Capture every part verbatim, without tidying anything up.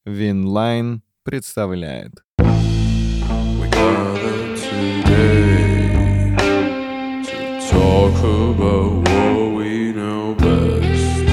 Винлайн представляет. We gather today to talk about what we know best.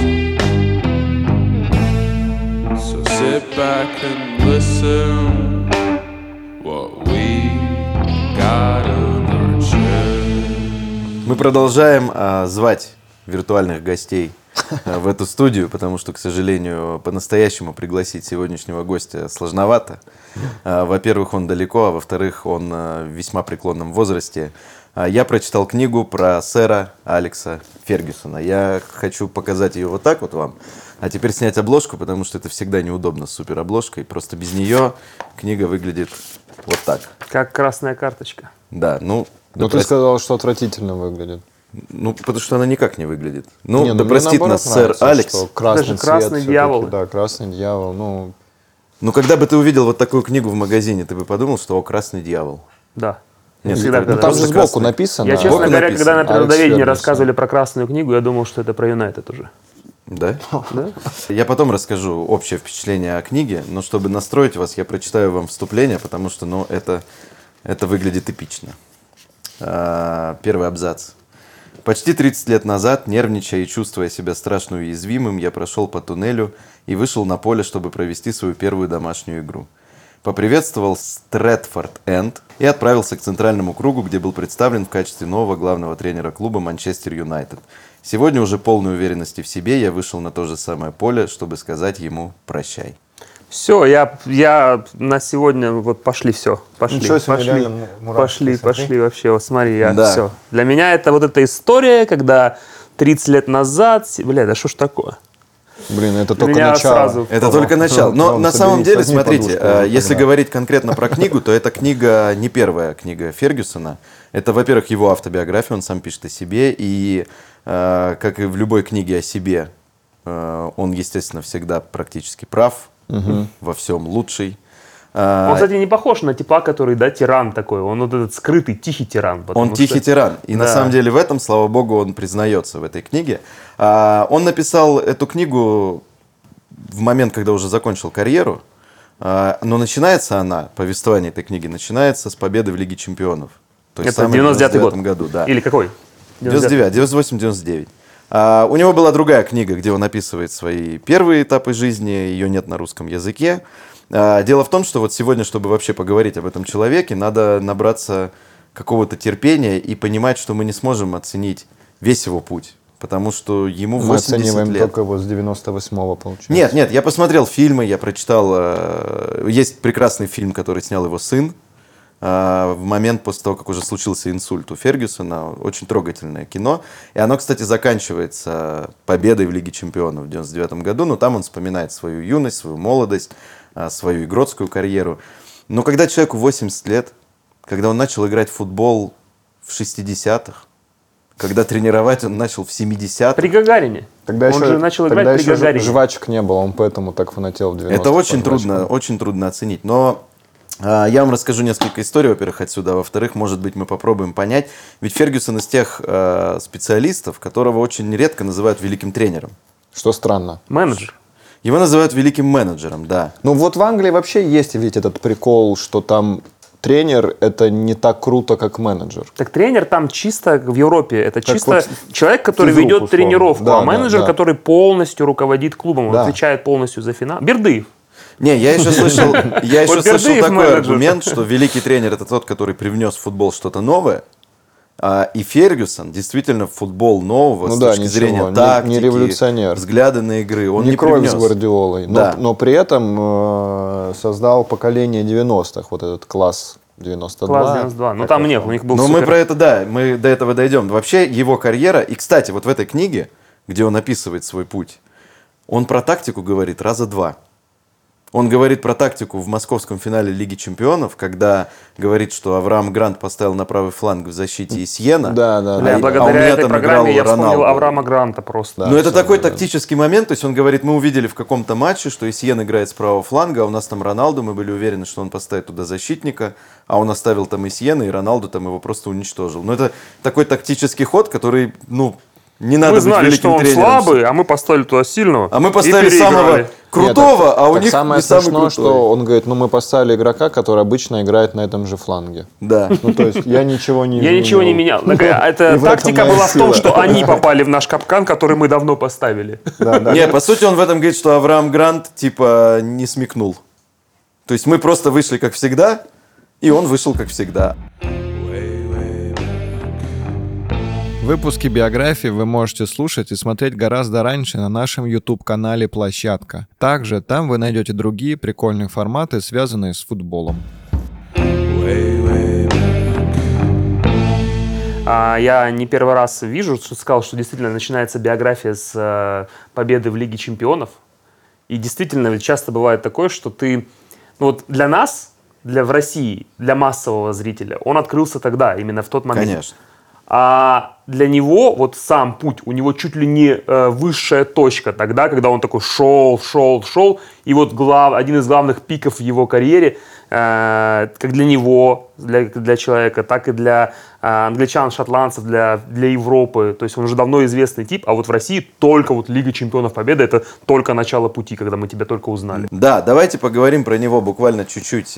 So sit back and listen what we got on our chest. Мы продолжаем а, звать виртуальных гостей а, в эту студию, потому что, к сожалению, по-настоящему пригласить сегодняшнего гостя сложновато. А, во-первых, он далеко, а во-вторых, он а, в весьма преклонном возрасте. А, я прочитал книгу про сэра Алекса Фергюсона. Я хочу показать ее вот так вот вам, а теперь снять обложку, потому что это всегда неудобно с суперобложкой. Просто без нее книга выглядит вот так. Как красная карточка. Да, ну... Но да ты прости... сказал, что отвратительно выглядит. Ну, потому что она никак не выглядит. Ну, не, да ну простит нас сэр Алекс. Красный Даже красный цвет, дьявол. Да, красный дьявол. Ну, Ну, когда бы ты увидел вот такую книгу в магазине, ты бы подумал, что о, красный дьявол. Да. Нет, всегда, это- когда- ну там же просто сбоку красный. написано. Я, честно Сбоку говоря, написано. когда на Алекс природоведении Фергюсон. рассказывали про красную книгу, я думал, что это про Юнайтед уже. Да? Да? Я потом расскажу общее впечатление о книге, но чтобы настроить вас, я прочитаю вам вступление, потому что, ну, это, это выглядит эпично. А, Первый абзац. Почти тридцать лет назад, нервничая и чувствуя себя страшно уязвимым, я прошел по туннелю и вышел на поле, чтобы провести свою первую домашнюю игру. Поприветствовал Стрэтфорд-Энд и отправился к центральному кругу, где был представлен в качестве нового главного тренера клуба Манчестер Юнайтед. Сегодня уже полной уверенности в себе я вышел на то же самое поле, чтобы сказать ему «прощай». Все, я, я на сегодня вот пошли, все, пошли, Ничего себе, пошли, реально мурашки, пошли, смотри. пошли вообще, вот смотри, я Да. все. Для меня это вот эта история, когда тридцать лет назад, бля, да что ж такое? блин, это Для только меня начало. сразу- Это только начало. Но Вон, на собери, самом деле, возьми смотрите, подушку, э, вот если тогда. говорить конкретно про книгу, то эта книга не первая книга Фергюсона. Это, во-первых, его автобиография, он сам пишет о себе. И, э, как и в любой книге о себе, э, он, естественно, всегда практически прав, во всем лучший. Он, кстати, не похож на типа, который, да, тиран такой, он вот этот скрытый, тихий тиран. потому Он что- тихий тиран. И на Да. самом деле в этом, слава богу, он признается в этой книге. А, Он написал эту книгу в момент, когда уже закончил карьеру. А, Но начинается она, повествование этой книги, начинается с победы в Лиге Чемпионов. То есть Это самый девяносто девятый год. году, да. Или какой? девяносто девятый, девяносто восемь девяносто девять. А, у него была другая книга, где он описывает свои первые этапы жизни, ее нет на русском языке. А, дело в том, что вот сегодня, чтобы вообще поговорить об этом человеке, надо набраться какого-то терпения и понимать, что мы не сможем оценить весь его путь, потому что ему Мы восемьдесят оцениваем лет. только его с девяносто восьмого, получается. Нет, нет, я посмотрел фильмы, я прочитал. э, Есть прекрасный фильм, который снял его сын э, в момент после того, как уже случился инсульт у Фергюсона. Очень трогательное кино. И оно, кстати, заканчивается победой в Лиге Чемпионов в девяносто девятом году. Но там он вспоминает свою юность, свою молодость, э, свою игротскую карьеру. Но когда человеку восемьдесят лет, когда он начал играть в футбол в шестидесятых, когда тренировать он начал в семидесятых, При Гагарине. Тогда он еще, же начал тогда играть при еще ж- Гагарине. жвачек не было, он поэтому так фанател в девяностых. это очень по жвачкам. трудно, очень трудно оценить. Но а, я вам расскажу несколько историй, во-первых, отсюда. Во-вторых, может быть, мы попробуем понять. Ведь Фергюсон из тех а, специалистов, которого очень редко называют великим тренером. Что странно. Менеджер. Его называют великим менеджером, да. Ну вот в Англии вообще есть ведь этот прикол, что там тренер это не так круто, как менеджер. Так тренер там чисто в Европе, это Как чисто вот человек, который физрук, ведет условно. тренировку, Да, а менеджер, да, да. который полностью руководит клубом, он Да. отвечает полностью за финал. Бердыев. Не, я еще слышал, я еще Вот слышал Бердыев такой менеджер. аргумент, что великий тренер это тот, который привнес в футбол что-то новое. А, И Фергюсон действительно в футбол нового Ну с да, точки ничего, зрения не- тактики, не революционер. взгляды на игры. Он не, не, кровь привнес. с Гвардиолой, но, Да. но при этом э, создал поколение девяностых, вот этот класс девяносто два. Класс девяносто два. Ну там нет, у них был Но супер... мы про это, да, мы до этого дойдем. Вообще его карьера, и, кстати, вот в этой книге, где он описывает свой путь, он про тактику говорит раза два. Он говорит про тактику в московском финале Лиги Чемпионов, когда говорит, что Авраам Грант поставил на правый фланг в защите Сьена. Да, да, Бля, да. а благодаря у меня этой там программе я играл вспомнил Роналду. Авраама Гранта просто. Но это всё, такой да. тактический момент, то есть он говорит, мы увидели в каком-то матче, что Исьен играет с правого фланга, а у нас там Роналду, мы были уверены, что он поставит туда защитника, а он оставил там Исьена, и Роналду там его просто уничтожил. Но это такой тактический ход, который, ну, не надо Мы быть знали, великим что он тренером. слабый, а мы поставили туда сильного. А мы и поставили самого, переиграли. крутого, Нет, так- а у так них самое не самый смешное, крутой. что он говорит, ну мы поставили игрока, который обычно играет на этом же фланге. Да. Ну то есть я ничего не Я ничего не менял. Так, И Это в этом тактика моя была в том, сила. что они попали в наш капкан, который мы давно поставили. Да, да. Не, по сути, он в этом говорит, что Авраам Грант, типа, не смекнул. То есть мы просто вышли как всегда, и он вышел как всегда. Выпуски биографии вы можете слушать и смотреть гораздо раньше на нашем YouTube-канале «Площадка». Также там вы найдете другие прикольные форматы, связанные с футболом. А, Я не первый раз вижу, что сказал, что действительно начинается биография с э, победы в Лиге чемпионов. И действительно ведь часто бывает такое, что ты... Ну вот для нас, для в России, для массового зрителя, он открылся тогда, именно в тот момент. Конечно. А для него вот сам путь, у него чуть ли не э, высшая точка тогда, когда он такой шел, шел, шел. И вот глав, один из главных пиков в его карьере, э, как для него, для, для человека, так и для э, англичан, шотландцев, для, для Европы. То есть он уже давно известный тип, а вот в России только вот Лига чемпионов Победа, это только начало пути, когда мы тебя только узнали. Да, давайте поговорим про него буквально чуть-чуть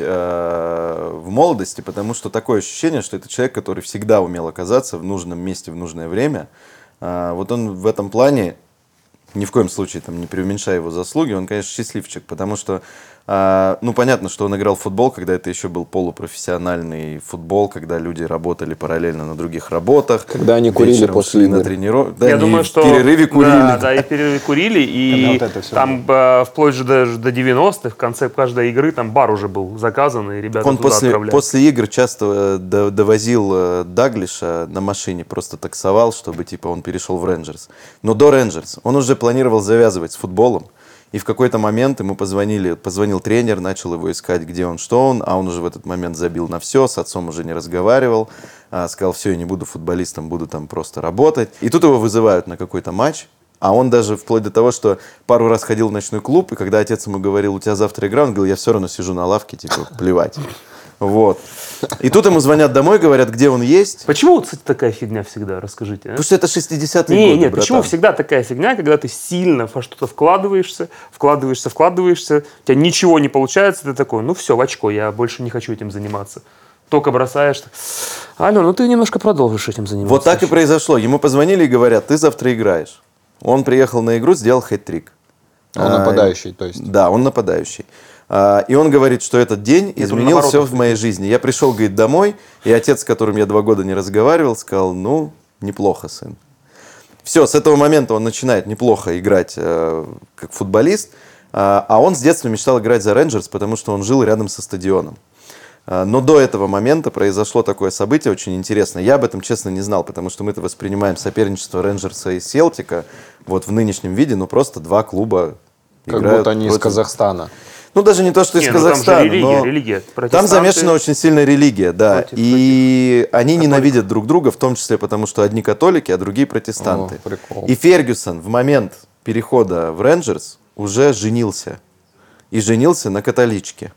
э, в молодости, потому что такое ощущение, что это человек, который всегда умел оказаться в нужном месте в нужное время. Э, вот он в этом плане, ни в коем случае там, не преуменьшая его заслуги, он, конечно, счастливчик, потому что, э, ну, понятно, что он играл в футбол, когда это еще был полупрофессиональный футбол, когда люди работали параллельно на других работах. Когда они курили вечером после шли на игр. тренировку. Да, Я они думаю, в что... перерыве курили. Да, да, и в перерыве курили, и Когда вот это всё там э, вплоть же даже до девяностых, в конце каждой игры там бар уже был заказан, и ребята Он туда после, отправляли. после игр часто э, до- довозил э, Даглиша на машине, просто таксовал, чтобы типа он перешел в Рейнджерс. Но до Рейнджерс он уже планировал завязывать с футболом. И в какой-то момент ему позвонили, позвонил тренер, начал его искать, где он, что он, а он уже в этот момент забил на все, с отцом уже не разговаривал, а, сказал, все, я не буду футболистом, буду там просто работать. И тут его вызывают на какой-то матч, а он даже вплоть до того, что пару раз ходил в ночной клуб, и когда отец ему говорил, у тебя завтра игра, он говорил, я все равно сижу на лавке, типа, плевать. Вот. И тут ему звонят домой, говорят, где он есть. Почему, вот, кстати, такая фигня всегда, расскажите? а? Потому что это шестидесятые Не, годы, нет, братан. почему всегда такая фигня, когда ты сильно во что-то вкладываешься, вкладываешься, вкладываешься, у тебя ничего не получается, ты такой, ну все, в очко, я больше не хочу этим заниматься. Только бросаешь. Алло, ну ты немножко продолжишь этим заниматься. Вот так и произошло. Ему позвонили и говорят, ты завтра играешь. Он приехал на игру, сделал хэт-трик. Он А, нападающий, то есть. Да, он нападающий. А, И он говорит, что этот день Нет, он изменил наоборот, все в моей жизни. Я пришел, говорит, домой, и отец, с которым я два года не разговаривал, сказал, ну, неплохо, сын. Все, с этого момента он начинает неплохо играть э, как футболист, а а он с детства мечтал играть за Рейнджерс, потому что он жил рядом со стадионом. А, Но до этого момента произошло такое событие очень интересное. Я об этом, честно, не знал, потому что мы-то воспринимаем соперничество Рейнджерса и Селтика вот в нынешнем виде, ну просто два клуба Как играют будто они из против- Казахстана. Ну, даже не то, что из Не, ну там же Казахстана, религия, но религия. там Протестанты- замешана очень сильная религия, да. против- И они ненавидят друг друга, в том числе потому, что одни католики, а другие протестанты. О, прикол. И Фергюсон в момент перехода в Рейнджерс уже женился. И женился на католичке.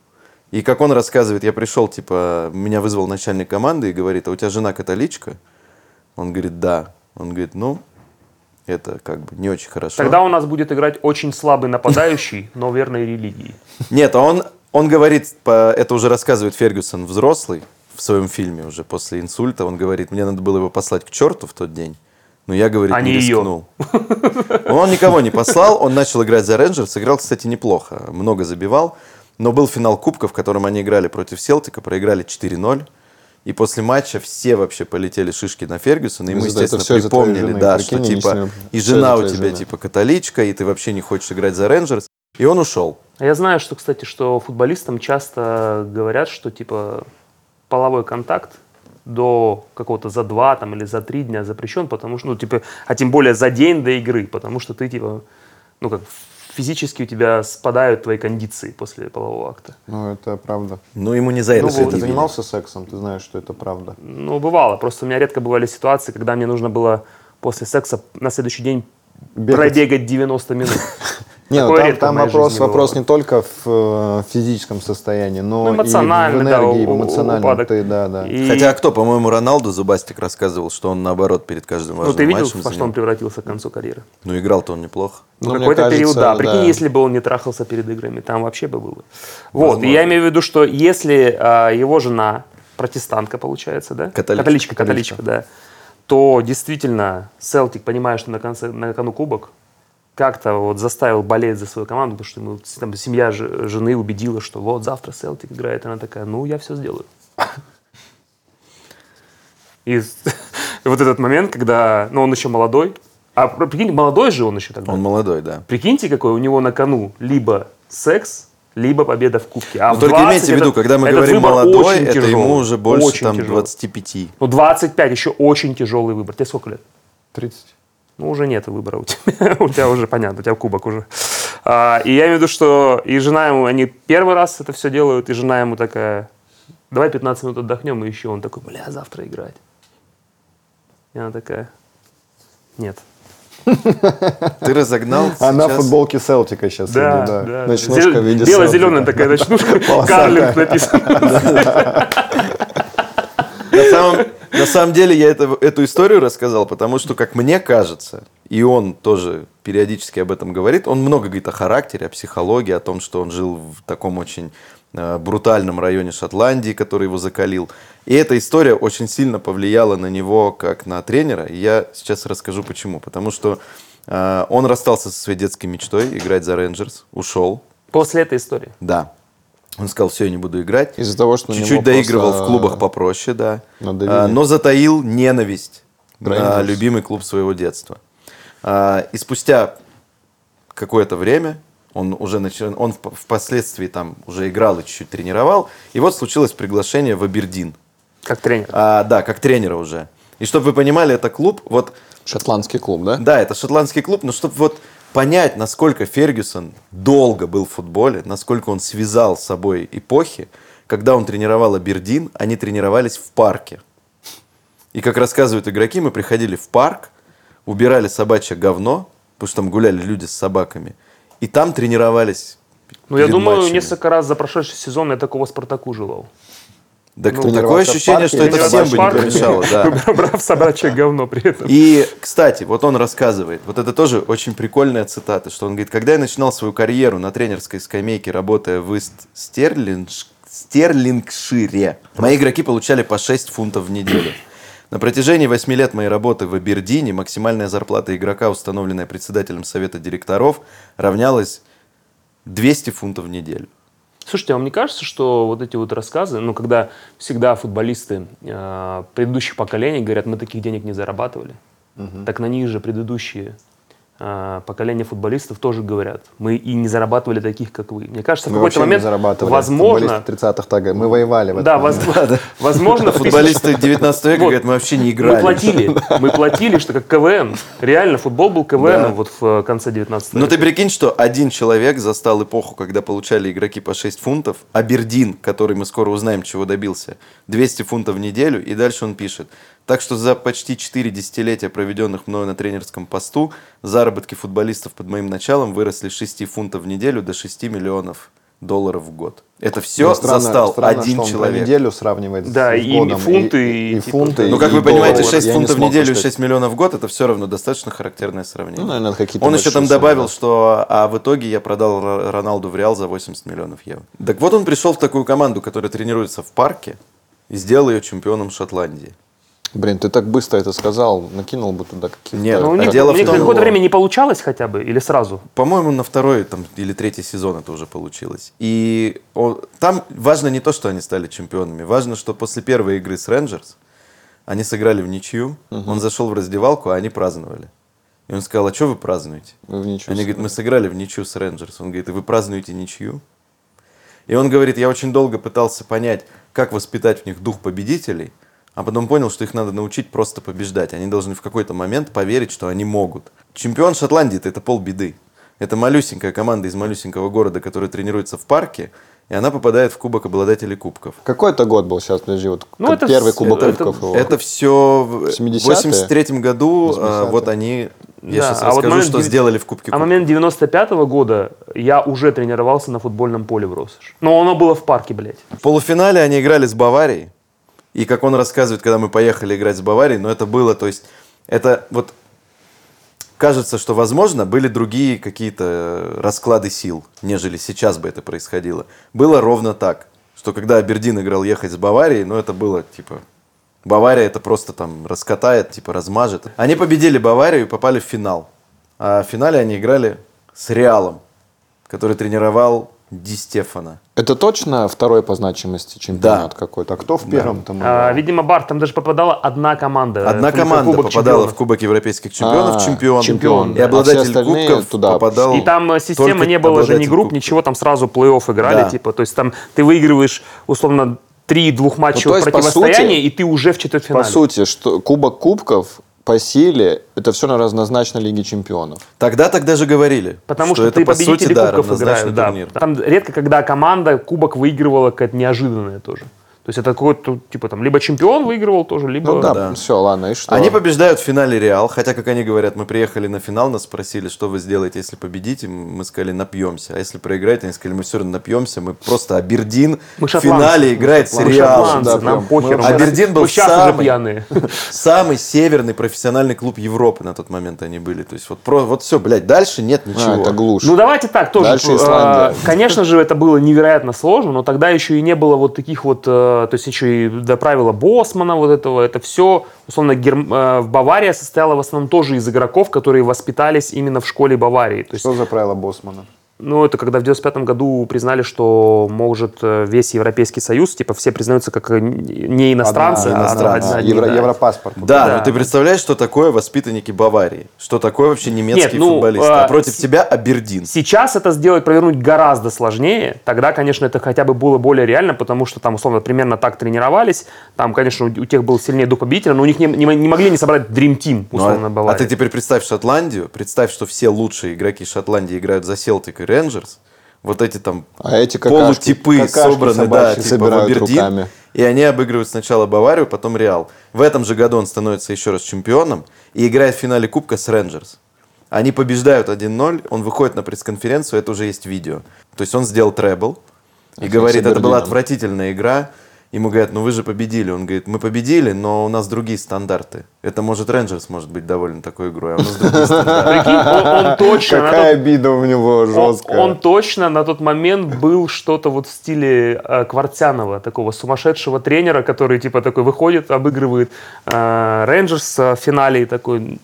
И как он рассказывает, я пришел, типа, меня вызвал начальник команды и говорит, а у тебя жена католичка? Он говорит, да. Он говорит, ну, это как бы не очень хорошо. Тогда у нас будет играть очень слабый нападающий, но верной религии. Нет, а он, он говорит, по- это уже рассказывает Фергюсон взрослый в своем фильме уже после инсульта. Он говорит, мне надо было его послать к черту в тот день, но я, говорит, А не не ее. рискнул. Он никого не послал, он начал играть за Рейнджерс, сыграл, кстати, неплохо, много забивал, но был финал Кубка, в котором они играли против Селтика, проиграли четыре ноль. И после матча все вообще полетели шишки на Фергюсона. И ему, Из-за- это естественно, всё из-за твоей припомнили, жены. да, Прикинь, что они типа с ним- и всё жена из-за у твоей тебя жены. типа католичка, и ты вообще не хочешь играть за Рейнджерс. И он ушел. А я знаю, что, кстати, что футболистам часто говорят, что типа половой контакт до какого-то за два там, или за три дня запрещен, потому что, ну, типа, а тем более за день до игры, потому что ты, типа, ну, как физически у тебя спадают твои кондиции после полового акта. Ну, это правда. Ну, ему не за это Ну, вот, ты предъявили. занимался сексом, ты знаешь, что это правда. Ну, бывало. Просто у меня редко бывали ситуации, когда мне нужно было после секса на следующий день Бегать. пробегать девяносто минут. Не, ну Такое там, редко там в моей вопрос, жизни вопрос бывало. не только в э, физическом состоянии, но Ну, и в эмоционально, да, энергии, в у- эмоциональном. упадок. Ты, да, да. И- Хотя кто, по-моему, Роналду Зубастик рассказывал, что он наоборот перед каждым Ну, важным ты видел, матчем во что занимал. он превратился к концу карьеры? Ну, играл-то он неплохо. Ну, Ну, мне какой-то кажется, период, да. да. Прикинь, если бы он не трахался перед играми, там вообще бы было. Вот, Возможно. и я имею в виду, что если а, его жена, протестантка, получается, да? Католичка. Католичка, католичка, да. То действительно Селтик, понимая, что на, конце, на кону кубок, как-то вот заставил болеть за свою команду, потому что ему, там, семья ж- жены убедила, что вот завтра Селтик играет. Она такая, ну, я все сделаю. И с- вот этот момент, когда, ну, он еще молодой, а прикинь, молодой же он еще тогда. Он молодой, да. Прикиньте, какой у него на кону либо секс, либо победа в кубке. А Но в только двадцать имейте в виду, этот- когда мы этот говорим выбор молодой, очень это тяжелый, ему уже больше очень там тяжелый. двадцати пяти. Ну, двадцать пять еще очень тяжелый выбор. Тебе сколько лет? тридцать. Ну, уже нет выбора у тебя. У тебя уже понятно, у тебя кубок уже. А, И я имею в виду, что и жена ему, они первый раз это все делают, и жена ему такая, давай пятнадцать минут отдохнем, и еще он такой, бля, завтра играть. И она такая, нет. Ты разогнал Она в сейчас- футболке Селтика сейчас. Да, идет, да. да. Ночнушка в виде Бело-зеленая Селтика. такая ночнушка, Карлинг написано. На самом, на самом деле я это, эту историю рассказал, потому что, как мне кажется, и он тоже периодически об этом говорит, он много говорит о характере, о психологии, о том, что он жил в таком очень э, брутальном районе Шотландии, который его закалил. И эта история очень сильно повлияла на него как на тренера. И я сейчас расскажу почему. Потому что э, он расстался со своей детской мечтой играть за Рейнджерс, ушел. После этой истории. Да. Он сказал, все, я не буду играть. Из-за того, что на Чуть-чуть него доигрывал просто в клубах попроще, да. надавили. А, но затаил ненависть на Рейнджерс. любимый клуб своего детства. А, и спустя какое-то время он уже начал, он в- впоследствии там уже играл и чуть-чуть тренировал. И вот случилось приглашение в Абердин. Как тренер. А, да, как тренера уже. И чтобы вы понимали, это клуб, вот Шотландский клуб, да? да, это шотландский клуб, но чтобы вот понять, насколько Фергюсон долго был в футболе, насколько он связал с собой эпохи, когда он тренировал Абердин, они тренировались в парке. И как рассказывают игроки, мы приходили в парк, убирали собачье говно, потому что там гуляли люди с собаками, и там тренировались. Ну, я перед думаю, матчами. несколько раз за прошедший сезон я такого Спартаку желал. Да, Ну, такое тренироваться в ощущение, парке что это или всем бы не парк? помешало. Да. Брав собачье говно при этом. И, кстати, вот он рассказывает, вот это тоже очень прикольная цитата, что он говорит, когда я начинал свою карьеру на тренерской скамейке, работая в Ист-Стерлингш- Стерлингшире, мои игроки получали по шесть фунтов в неделю. На протяжении восьми лет моей работы в Абердине максимальная зарплата игрока, установленная председателем совета директоров, равнялась двести фунтов в неделю. Слушайте, а вам не кажется, что вот эти вот рассказы, ну, когда всегда футболисты э, предыдущих поколений говорят, мы таких денег не зарабатывали, так на них же предыдущие э, поколения футболистов тоже говорят, мы и не зарабатывали таких, как вы. Мне кажется, в Мы какой-то вообще не момент, зарабатывали. возможно, Футболисты тридцатых так говорят, мы воевали в этот да, момент. воз- возможно, в тысяч- Футболисты девятнадцатого века Вот. говорят, мы вообще не мы играли. платили, мы платили, что как КВН. Реально, футбол был КВНом вот в э, конце девятнадцатого Но ты века. прикинь, что один человек застал эпоху, когда получали игроки по шесть фунтов, Абердин, который мы скоро узнаем, чего добился, двести фунтов в неделю, и дальше он пишет. Так что за почти четыре десятилетия, проведенных мною на тренерском посту, заработки футболистов под моим началом выросли с шести фунтов в неделю до шести миллионов долларов в год. Это все Ну, странно- застал странно, один что он человек. про неделю сравнивает Да, с и годом. фунты, и, и и типа- фунты, Ну, как и вы понимаете, доллары. шесть Я не фунтов в смог неделю и посчитать. шесть миллионов в год, это все равно достаточно характерное сравнение. Ну, наверное, какие-то Он еще там большие добавил, суммы, да. что а в итоге я продал Ро- Роналду в Реал за восемьдесят миллионов евро. Так вот он пришел в такую команду, которая тренируется в парке, и сделал ее чемпионом Шотландии. Блин, ты так быстро это сказал, накинул бы туда каких-то... Нет, Ну, у А них, дело у в них том- какое-то время не получалось хотя бы, или сразу? По-моему, на второй там, или третий сезон это уже получилось. И он- там важно не то, что они стали чемпионами, важно, что после первой игры с Рейнджерс они сыграли в ничью, он зашел в раздевалку, а они праздновали. И он сказал, а что вы празднуете? Вы в ничью Они говорят, мы сыграли. сыграли в ничью с Рейнджерс. Он говорит, и вы празднуете ничью? И он говорит, я очень долго пытался понять, как воспитать в них дух победителей, а потом понял, что их надо научить просто побеждать. Они должны в какой-то момент поверить, что они могут. Чемпион Шотландии – это полбеды. Это малюсенькая команда из малюсенького города, которая тренируется в парке, и она попадает в кубок обладателей кубков. Какой это год был сейчас, подожди, вот Ну, как это первый с- кубок это- кубков его? Это все в семидесятые? восемьдесят третьем году, а, восьмидесятые? вот они Я Да, сейчас а вот расскажу, момент что дев- сделали в Кубке А Кубков. момент девяносто пятого года я уже тренировался на футбольном поле в Россоши. Но оно было в парке, блядь. В полуфинале они играли с Баварией. И как он рассказывает, когда мы поехали играть с Баварией, но это было, то есть, это вот кажется, что, возможно, были другие какие-то расклады сил, нежели сейчас бы это происходило. Было ровно так, что когда Абердин играл ехать с Баварией, ну, это было, типа, Бавария это просто там раскатает, типа, размажет. Они победили Баварию и попали в финал. А в финале они играли с Реалом, который тренировал Ди Стефано. Это точно второй по значимости чемпионат Да. какой-то? А кто в первом там А, играл? видимо, Бар, там даже попадала одна команда. Одна в команда Кубок попадала чемпионов. в Кубок европейских чемпионов, А, чемпион, чемпион, и да. обладатель А все остальные кубков туда попадал. И там э, система только не было же ни обладатель групп, кубков. ничего, там сразу плей-офф играли, Да. типа, то есть там ты выигрываешь, условно, три Ну, двухматчевых то есть, по противостояния, сути- и ты уже в По четвертьфинале. сути, что Кубок Кубков по силе это все равнозначно Лиге Чемпионов. Тогда тогда же говорили, Потому что, это ты по победители сути, да, кубков равнозначный играют. Да. турнир. Там редко, когда команда кубок выигрывала какая-то неожиданная тоже. То есть это какой-то, типа, там, либо чемпион выигрывал тоже, либо... Ну да, да. все, ладно, и что? Они побеждают в финале Реал, хотя, как они говорят, мы приехали на финал, нас спросили, что вы сделаете, если победите, мы сказали, напьемся. А если проиграете, они сказали, мы все равно напьемся, мы просто Абердин Мы в шотландцы. финале играет с Мы Реалом. шотландцы, да, нам прям. похер. Мы Мы Абердин щас- был мы щас уже самый- пьяные. Самый северный профессиональный клуб Европы на тот момент они были. То есть вот, про, вот все, блядь, дальше нет ничего. А, это глушь. Ну давайте так тоже. Дальше э, Исландия. Конечно же, это было невероятно сложно, но тогда еще и не было вот таких вот, э, то есть еще и до правила Босмана вот этого, это все, условно, Герм- э, в Бавария состояла в основном тоже из игроков, которые воспитались именно в школе Баварии. То есть, Что за правило Босмана? ну, это когда в девяносто пятом году признали, что может э, весь Европейский Союз, типа все признаются как э, не иностранцы, Одна- а иностранцы. одни, Евро- да. Европаспорт. Да, Да. но ты представляешь, что такое воспитанники Баварии? Что такое вообще немецкие Нет, ну, футболисты? э, А против с- тебя Абердин. Сейчас это сделать, провернуть гораздо сложнее. Тогда, конечно, это хотя бы было более реально, потому что там, условно, примерно так тренировались. Там, конечно, у, у тех был сильнее дух победителя, но у них не, не, не могли не собрать Dream Team, Ну, условно, а, Баварии. а ты теперь представь Шотландию, представь, что все лучшие игроки Шотландии играют за Селтик и Рейнджерс. Вот эти там А эти какашки, полутипы какашки собраны, да, собачьи типа в собирают Абердин. руками. И они обыгрывают сначала Баварию, потом Реал. В этом же году он становится еще раз чемпионом и играет в финале Кубка с Рейнджерс. Они побеждают один ноль, он выходит на пресс-конференцию, это уже есть видео. То есть он сделал требл и Офигеть, говорит, с это была Абердином. отвратительная игра. Ему говорят, ну вы же победили. Он говорит, мы победили, но у нас другие стандарты. Это может Рейнджерс может быть доволен такой игрой, а у нас другие стандарты. Прикинь, он, он точно на Какая тот- обида у него он, жесткая. он точно на тот момент был что-то вот в стиле э, Квартянова, такого сумасшедшего тренера, который типа такой выходит, обыгрывает э, Рейнджерс в финале и такой...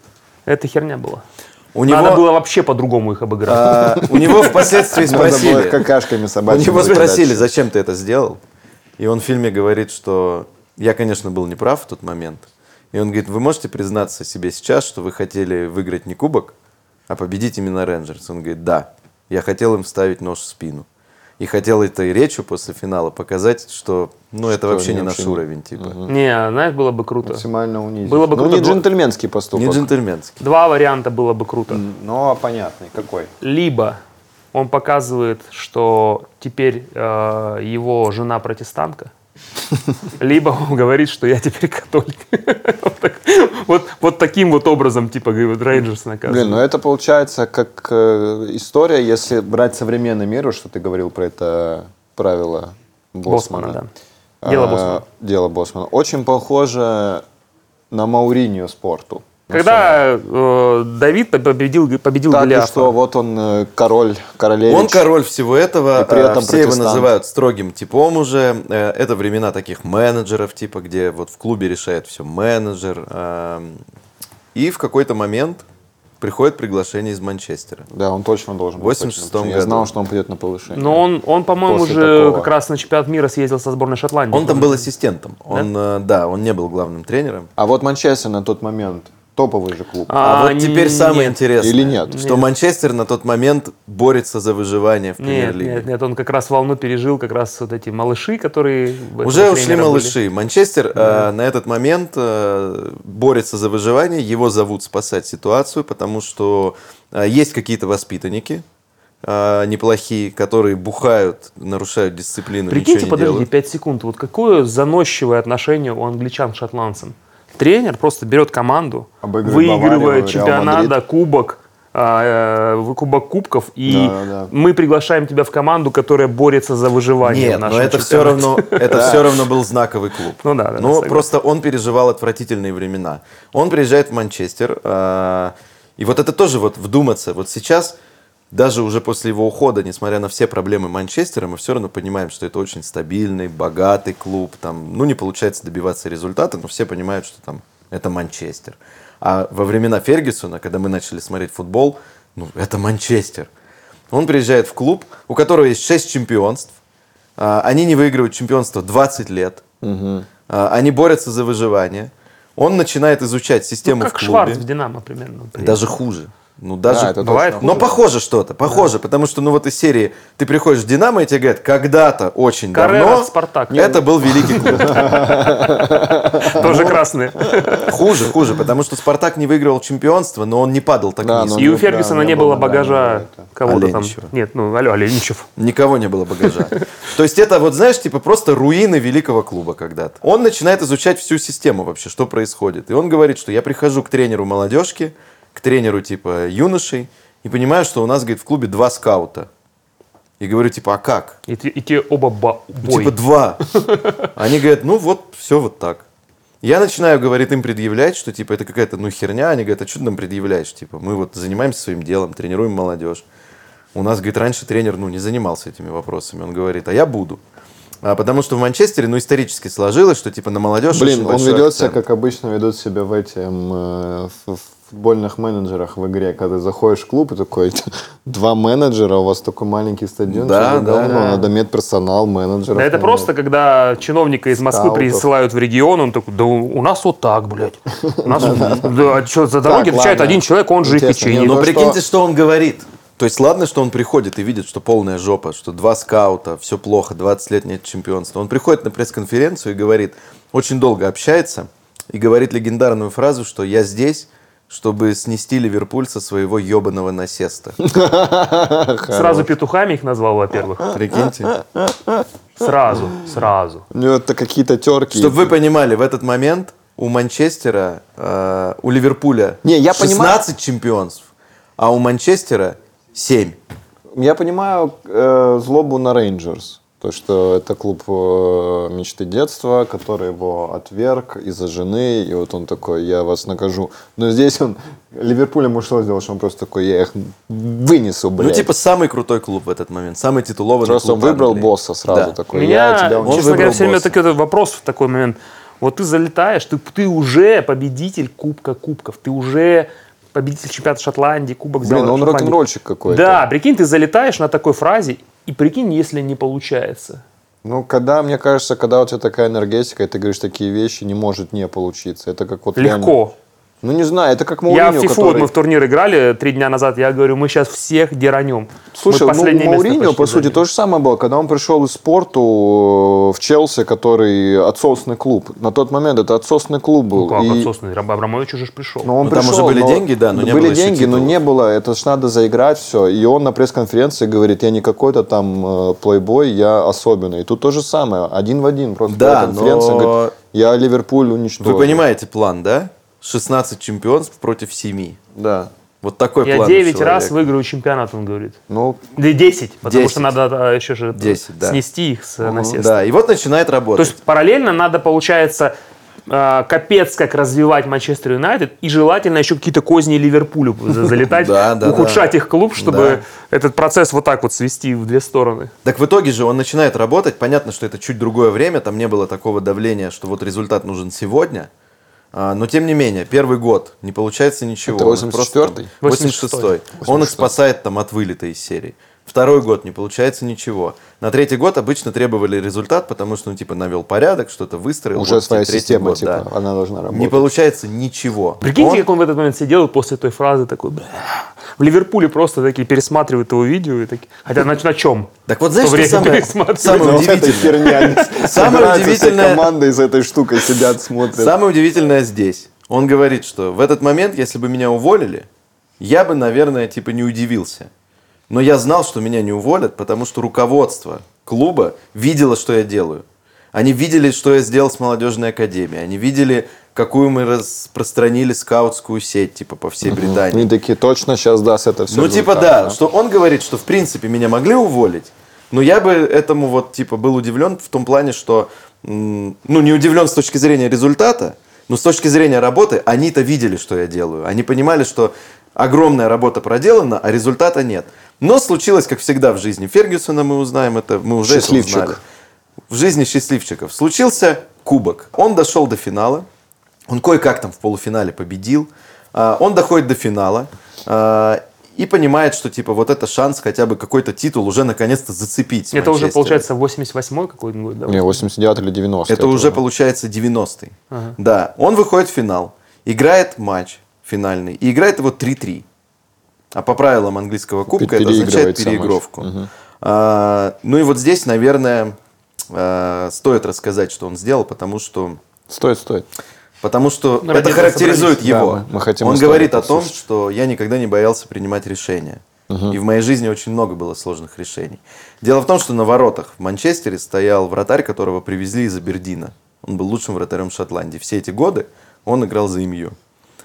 Это херня была. У Надо него, было вообще по-другому их обыграть. а, у него впоследствии Надо было их спросили, какашками у собачьими него закидать. спросили, зачем ты это сделал? И он в фильме говорит, что я, конечно, был неправ в тот момент. И он говорит, вы можете признаться себе сейчас, что вы хотели выиграть не кубок, а победить именно Рейнджерс? Он говорит, да, я хотел им вставить нож в спину. И хотел этой речью после финала показать, что ну, это Что вообще они не наш вообще не- уровень. Типа. Не, знаешь, было бы круто. Максимально унизить. Было бы ну, круто, не но- джентльменский поступок. Не джентльменский. Два варианта было бы круто. Но понятный. Какой? Либо он показывает, что теперь э, его жена протестантка, либо он говорит, что я теперь католик. Вот так- Вот вот таким вот образом, типа, говорит, Рейнджерс наказывает. Блин, ну это получается как э, история, если брать современный мир, что ты говорил про это правило Босмана. Босмана, да. Дело А, Босмана. Дело Босмана. Очень похоже на Мауриньо спорту. Когда э, Давид победил, победил Так и Голиафа. что вот он э, король, королевич. Он король всего этого, И при этом а, все его протестант. называют строгим типом уже. Э, Это времена таких менеджеров, типа, где вот в клубе решает все менеджер. а, И в какой-то момент приходит приглашение из Манчестера. Да, он точно должен В был восемьдесят шестом почему-то. Я году. знал, что он придет на повышение. Но он, он по-моему, После уже такого. как раз на чемпионат мира съездил со сборной Шотландии. Он там был ассистентом. Он, э, да, он не был главным тренером. А вот Манчестер на тот момент топовый же клуб. А, А, вот теперь нет. самое интересное. Или нет? Что Нет. Манчестер на тот момент борется за выживание в Нет, премьер-лиге. нет, нет, он как раз волну пережил, как раз вот эти малыши, которые... у Уже этого ушли тренера были. малыши. Манчестер э, на этот момент э, борется за выживание. Его зовут спасать ситуацию, потому что э, есть какие-то воспитанники э, неплохие, которые бухают, нарушают дисциплину, Прикиньте, ничего не подожди, делают. пять секунд. Вот какое заносчивое отношение у англичан к шотландцам. тренер просто берет команду, Обыгрывает Баварию, выигрывает Реал чемпионат, Мадрид. да, кубок, а, э, кубок кубков, и Да, да. мы приглашаем тебя в команду, которая борется за выживание. Нет, в но нашем это все чемпионате. равно, это все равно был знаковый клуб. Ну да, да, Но согласен. просто он переживал отвратительные времена. Он приезжает в Манчестер, а, и вот это тоже вот вдуматься. Вот сейчас, даже уже после его ухода, несмотря на все проблемы Манчестера, мы все равно понимаем, что это очень стабильный, богатый клуб. Там, ну, не получается добиваться результата, но все понимают, что там это Манчестер. А во времена Фергюсона, когда мы начали смотреть футбол, ну, это Манчестер. Он приезжает в клуб, у которого есть шесть чемпионств. А, Они не выигрывают чемпионство двадцать лет. А, Они борются за выживание. Он начинает изучать систему Ну, в как клубе. Шварц в «Динамо» примерно. Даже хуже. Ну, даже... Да, это бывает точно Но хуже. похоже что-то, похоже, потому что, ну, вот из серии ты приходишь в «Динамо», и тебе говорят, когда-то, очень Каррера давно, в «Спартак». это был великий клуб. Тоже красные. Хуже, хуже, потому что «Спартак» не выигрывал чемпионство, но он не падал так Да, низко. но И у да, Фергюсона не не было, было да, багажа не было это. кого-то там. Оленичева. Нет, ну, алло, Оленичев. Никого не было багажа. То есть это вот, знаешь, типа просто руины великого клуба когда-то. Он начинает изучать всю систему вообще, что происходит. И он говорит, что я прихожу к тренеру молодежки, к тренеру типа юношей, и понимаю, что у нас, говорит, в клубе два скаута. И говорю, типа, а как? И, те- и те оба ба- Ну, бой. типа два. Они говорят, ну вот, все вот так. Я начинаю, говорит, им предъявлять, что типа это какая-то ну херня. Они говорят, а что ты нам предъявляешь? Типа, мы вот занимаемся своим делом, тренируем молодежь. У нас, говорит, раньше тренер ну, не занимался этими вопросами. Он говорит, а я буду. А потому что в Манчестере, ну, исторически сложилось, что типа на молодежь Блин, очень он большой ведет себя, акцент. как обычно ведут себя в этим э, в- в футбольных менеджерах в игре, когда ты заходишь в клуб и такой, два менеджера, у вас такой маленький стадион, Да, что-то да, говно, да. надо медперсонал, менеджеров. Да это надо». просто, когда чиновника из Москвы Скаутов. присылают в регион, он такой, да у у нас вот так, блядь. У нас, да, а что, за дороги Так, отвечает ладно. один человек, он же их Интересно, печенье. не, Но то, прикиньте, что- что он говорит. То есть, ладно, что он приходит и видит, что полная жопа, что два скаута, все плохо, двадцать лет нет чемпионства. Он приходит на пресс-конференцию и говорит, очень долго общается, и говорит легендарную фразу, что я здесь, чтобы снести Ливерпуль со своего ебаного насеста. Сразу петухами их назвал, во-первых. Прикиньте. Сразу, сразу. У него это какие-то терки. Чтобы вы понимали, в этот момент у Манчестера, э, у Ливерпуля Не, я шестнадцать чемпионств, а у Манчестера семь. Я понимаю э, злобу на Рейнджерс. То, что это клуб э, мечты детства, который его отверг из-за жены. И вот он такой, я вас накажу. Но здесь он, Ливерпуль ему что сделал? Что он просто такой, я их вынесу, блядь. Ну, типа, самый крутой клуб в этот момент, самый титулованный Просто клуб он выбрал Англии. босса сразу Да. такой. Меня, я тебя он честно уничтожу. говоря, выбрал все время босса. такой вопрос в такой момент. Вот ты залетаешь, ты, ты уже победитель Кубка Кубков, ты уже победитель чемпионата Шотландии, Кубок взял. Блин, он Шотландии. рок-н-ролльщик какой-то. Да, прикинь, ты залетаешь на такой фразе, и прикинь, если не получается. Ну, когда, мне кажется, когда у тебя такая энергетика, и ты говоришь такие вещи, не может не получиться. Это как вот реально- Легко. Ну, не знаю, это как Я Мауриньо, в фифу, который... вот мы в турнир играли три дня назад, я говорю, мы сейчас всех деранем. Слушай, Мы ну, последнее место Мауриньо, почти по сути, заняли. то же самое было, когда он пришел из спорту в Челси, который отсосный клуб. На тот момент это отсосный клуб был. Ну как, И- отсосный, Раб- Абрамович уже ж пришел. Ну, он Ну, там пришел, уже были но- деньги, да, но не были было еще деньги, но титулов. не было. Это ж надо заиграть все. И он на пресс-конференции говорит, я не какой-то там э, плейбой, я особенный. И тут то же самое, один в один. Просто Да, пресс-конференция, но- говорит, я Ливерпуль уничтожил. Вы понимаете план, да? шестнадцать чемпионств против семи. Да. Вот такой Я план. у девять человека. раз выиграю чемпионат, он говорит. Ну, Да десять, потому десять. что надо а, еще же десять, да. снести их с Ну, насеста. Да, и вот начинает То работать. есть параллельно надо, получается, э, капец как развивать Манчестер Юнайтед и желательно еще какие-то козни Ливерпулю за- залетать, Да, да, ухудшать да. их клуб, чтобы этот процесс вот так вот свести в две стороны. Так в итоге же он начинает работать. Понятно, что это чуть другое время, там не было такого давления, что вот результат нужен сегодня. А, но тем не менее, первый год не получается ничего. Это Он восемьдесят просто четвёртый? там- восемьдесят шестой. Он их спасает там от вылета из серии. Второй год не получается ничего. На третий год обычно требовали результат, потому что, ну, типа, навел порядок, что-то выстроил. уже Вот своя тебе третий система, год, типа, да. она должна работать. Не получается ничего. Прикиньте, Он- как он в этот момент сидел после той фразы такой, бля. В Ливерпуле просто такие пересматривают его видео и такие. Хотя на, на чем? Так вот, знаешь, В то что время самое, пересматривать. самое Ну, вот эта удивительное? херня. Они Самое собираются, вся удивительное- команда из этой штукой сидят, смотрят. Самое удивительное здесь. Он говорит, что в этот момент, если бы меня уволили, я бы, наверное, типа не удивился. Но я знал, что меня не уволят, потому что руководство клуба видело, что я делаю. Они видели, что я сделал с молодежной академией. Они видели, какую мы распространили скаутскую сеть, типа, по всей Британии. Они такие, точно сейчас даст это все. Ну, типа, да, что он говорит, что, в принципе, меня могли уволить, но я бы этому, вот, типа, был удивлен в том плане, что, м, ну, не удивлен с точки зрения результата, но с точки зрения работы, они-то видели, что я делаю. Они понимали, что огромная работа проделана, а результата нет. Но случилось, как всегда в жизни Фергюсона, мы узнаем это, мы уже это Счастливчик. узнали. В жизни счастливчиков. Случился кубок. Он дошел до финала. Он кое-как там в полуфинале победил. А, Он доходит до финала. а, И понимает, что типа вот это шанс хотя бы какой-то титул уже наконец-то зацепить. с Это уже Манчестером. получается восемьдесят восьмой какой-то год, да? Не, восемьдесят девятый или девяностый. Это уже получается девяностый. Ага. Да. Он выходит в финал. Играет матч финальный. И играет его три-три. А по правилам английского кубка это означает Переигрывается переигровку. матч. Мгм. А, ну и вот здесь, наверное, а, стоит рассказать, что он сделал, потому что, Стоит, стоит. потому что Ну, ради это этого характеризует собрались. его. Да, мы- мы хотим он историю говорит о том, послушать. что я никогда не боялся принимать решения. И в моей жизни очень много было сложных решений. Дело в том, что на воротах в Манчестере стоял вратарь, которого привезли из Абердина. Он был лучшим вратарем Шотландии. Все эти годы он играл за эм ю.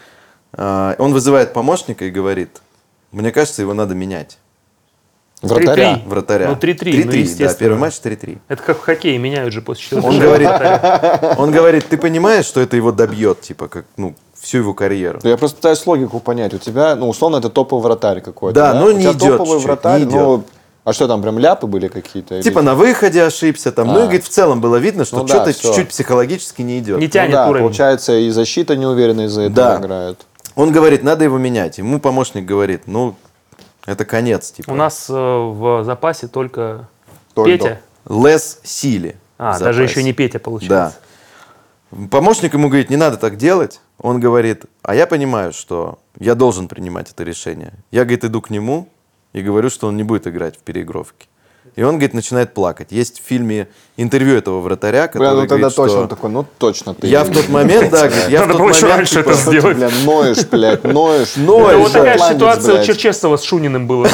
А, Он вызывает помощника и говорит, мне кажется, его надо менять. Вратаря. три-три. Вратаря. Ну, три-три, ну, три-три, да, естественно. первый матч три-три. Это как в хоккее, меняют же после четвертого. Он говорит, он говорит, ты понимаешь, что это его добьет, типа, как, ну, всю его карьеру. Я просто пытаюсь логику понять. У тебя, ну, условно, это топовый вратарь какой-то. Да, но У не тебя идет топовый чуть-чуть, вратарь, не ну, а что там, прям ляпы были какие-то? или- Типа на выходе ошибся там. Ну и, А. говорит, в целом было видно, что Ну да, что-то всё. чуть-чуть психологически не идет. Не Ну тянет да, уровень. получается, и защита неуверенно из-за этого Да. играет. Он говорит, надо его менять. Ему помощник говорит, ну, это конец, типа. У нас э, в запасе только Только. Петя. Лес Сили. А, в даже запасе. еще не Петя Да. получается. Помощник ему говорит, не надо так делать. Он говорит, а я понимаю, что я должен принимать это решение. Я, говорит, иду к нему и говорю, что он не будет играть в переигровке. И он, говорит, начинает плакать. Есть в фильме интервью этого вратаря, который Бля, ну тогда говорит, точно что он такой, ну точно ты. я в тот момент, да, говорит, я в Надо тот было еще момент, раньше типа, это сделать. Бля, ноешь, блядь, ноешь. Ноешь, Это Ой, вот такая шотландец, ситуация у блядь. Черчесова с Шуниным была.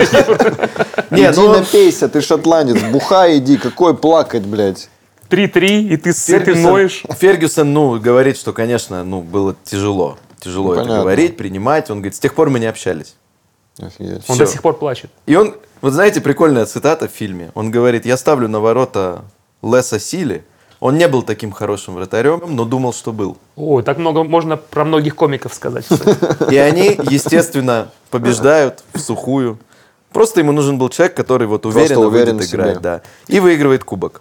Не, Иди ну, напейся, ты шотландец, бухай иди, какой плакать, блядь. три-три, и ты, с- и ты Фергюсон, ноешь. Фергюсон, ну, говорит, что, конечно, ну, было тяжело. Тяжело Ну, это понятно. говорить, принимать. Он говорит, с тех пор мы не общались. Офигеть. Он Всё. до сих пор плачет. И он, вот знаете, прикольная цитата в фильме. Он говорит, я ставлю на ворота Леса Сили. Он не был таким хорошим вратарем, но думал, что был. Ой, так много можно про многих комиков сказать. кстати. И они, естественно, побеждают в сухую. Просто ему нужен был человек, который вот Просто уверенно уверен будет в себе. играть. Да, и выигрывает кубок.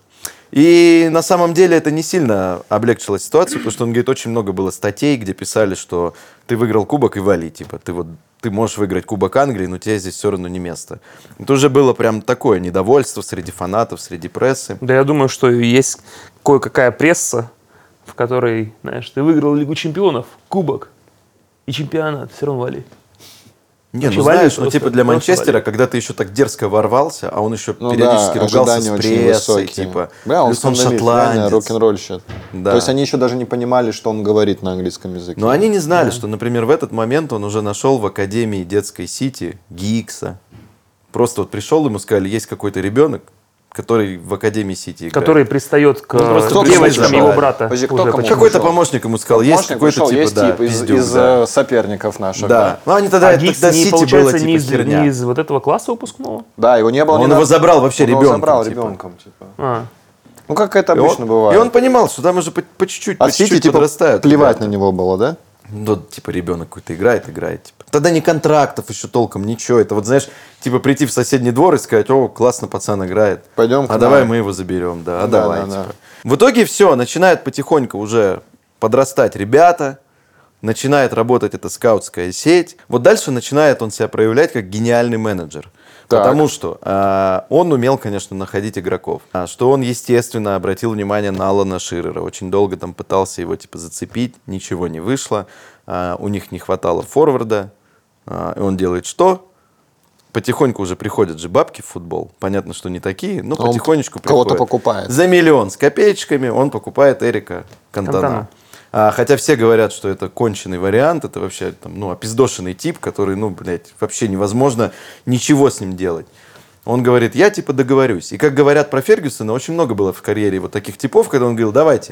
И на самом деле это не сильно облегчило ситуацию, потому что он говорит, очень много было статей, где писали, что ты выиграл кубок и вали, типа, ты вот ты можешь выиграть кубок Англии, но тебе здесь все равно не место. Это уже было прям такое недовольство среди фанатов, среди прессы. Да я думаю, что есть кое-какая пресса, в которой, знаешь, ты выиграл Лигу чемпионов, кубок и чемпионат, все равно вали. Не, Вообще ну вали знаешь, ну просто, типа для просто Манчестера, вали. когда ты еще так дерзко ворвался, а он еще Ну периодически да, ругался ожидания с очень прессой, высокие. типа, Бля, он плюс он скандалист, реально шотландец. рок-н-ролльщик. Да. То есть они еще даже не понимали, что он говорит на английском языке. Но они не знали, что, например, в этот момент он уже нашел в Академии детской Сити Гикса. Просто вот пришел, ему сказали, есть какой-то ребенок, который в Академии Сити играет. Который пристает к Ну, просто к кто девочкам кому его забрали? брата. Подожди, кто уже кому? почему-то. Какой-то пришел? помощник ему сказал, есть Помощник какой-то пришел, типа, есть да, тип из, пиздюк, из, да. э, соперников наших. Да. Ну, они тогда, А Гикс тогда не, Сити было получается, типа не из, херня. не из вот этого класса выпускного? Да, его не было. Он ни его на- забрал вообще он его ребенком, забрал типа. ребенком, типа. А. Ну, как это И обычно он, бывает. и он понимал, что там уже по, по чуть-чуть, а по в Сити, чуть-чуть типа, подрастают. плевать ребята. на него было, да? Ну, типа, ребенок какой-то играет, играет. Типа. Тогда ни контрактов еще толком, ничего. Это вот, знаешь, типа прийти в соседний двор и сказать, о, классно пацан играет. Пойдем к А нам. давай мы его заберем, да, а Да, давай. да, типа. да. В итоге все, начинают потихоньку уже подрастать ребята, начинает работать эта скаутская сеть. Вот дальше начинает он себя проявлять как гениальный менеджер. Так. Потому что а, он умел, конечно, находить игроков. А, что он, естественно, обратил внимание на Алана Ширера. Очень долго там пытался его типа зацепить, ничего не вышло. А, у них не хватало форварда. А, и он делает что? Потихоньку уже приходят же бабки в футбол. Понятно, что не такие, но А он потихонечку кого-то приходят. покупает. За миллион с копеечками он покупает Эрика Кантана. Кантана. А, хотя все говорят, что это конченый вариант, это вообще там, ну, опиздошенный тип, который, ну, блядь, вообще невозможно ничего с ним делать. Он говорит, я типа договорюсь. И как говорят про Фергюсона, очень много было в карьере вот таких типов, когда он говорил, давайте,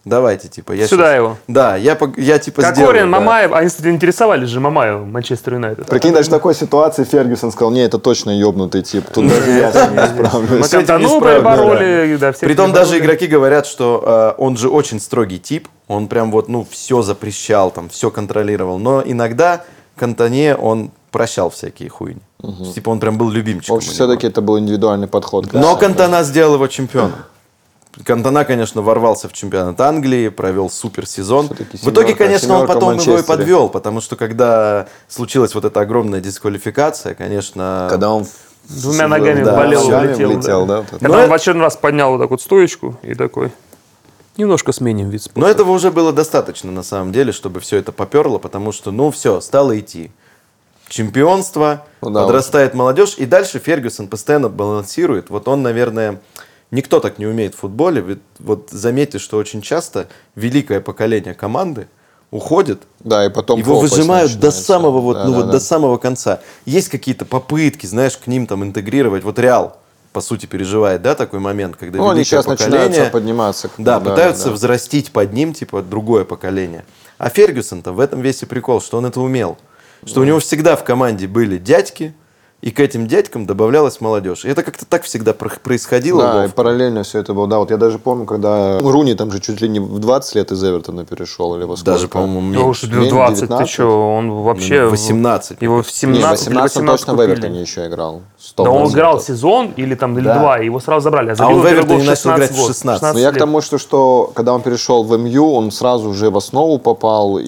давайте, типа, я Сюда щас- его. Да, я, пог- я типа сделаю. Кокорин, да. Мамаев, они, кстати, интересовались же Мамаевым, Манчестер Юнайтед. Прикинь, даже в такой ситуации Фергюсон сказал, не, это точно ёбнутый тип, тут даже я с ним не Мы справлюсь. этим не Кантану справились, побороли, да, всех Притом даже перебороли. игроки говорят, что э, он же очень строгий тип, он прям вот, ну, все запрещал, там, все контролировал. Но иногда Кантане он прощал всякие хуйни. То есть, типа он прям был В любимчиком. общем, у него. все-таки это был индивидуальный подход. Но Кантана сделал его чемпионом. Кантана, конечно, ворвался в чемпионат Англии, провел супер сезон. Всё-таки В итоге, семерка- конечно, он семерка в потом его и Манчестере. подвел, потому что когда случилась вот эта огромная дисквалификация, конечно... Когда он Двумя ногами Да, болел, ногами влетел. влетел, да. да, вот это. Когда Но он это- в очередной раз поднял вот так вот стоечку и такой, немножко сменим вид спорта. Но этого уже было достаточно, на самом деле, чтобы все это поперло, потому что, ну, все, стало идти. Чемпионство, Ну да, подрастает молодежь, и дальше Фергюсон постоянно балансирует. Вот он, наверное, никто так не умеет в футболе. Ведь вот заметьте, что очень часто великое поколение команды уходит, Да, и потом его пропасть выжимают до начинается. самого вот, Да, ну да, вот да. до самого конца. Есть какие-то попытки, знаешь, к ним там интегрировать. Вот Реал, по сути, переживает, да, такой момент, когда Ну, они великое сейчас начинают поколение... всё подниматься. Да, пытаются да. взрастить под ним, типа, другое поколение. А Фергюсон-то в этом весь и прикол, что он это умел. Что у него всегда в команде были дядьки, и к этим дядькам добавлялась молодежь. И это как-то так всегда про- происходило. Да, и Вов. параллельно все это было. Да, вот я даже помню, когда Руни там же чуть ли не в двадцать лет из Эвертона перешел, или во сколько. Даже, по-моему, Ну меньше. уж в меньше, двадцать, ты девятнадцать? что, он вообще... в восемнадцать. Его в Не, в семнадцать или восемнадцатом восемнадцать точно в купили. Эвертоне еще играл. сто Да он процентов. играл сезон или там или Да. два, и его сразу забрали. А, А забил он в первый Эвертоне гол в начал играть в год. шестнадцать. Но я к лет. тому, что, что когда он перешел в МЮ, он сразу уже в основу попал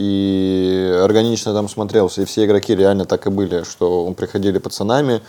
и органично там смотрелся. И все игроки реально так и были, что он приходили пацанами,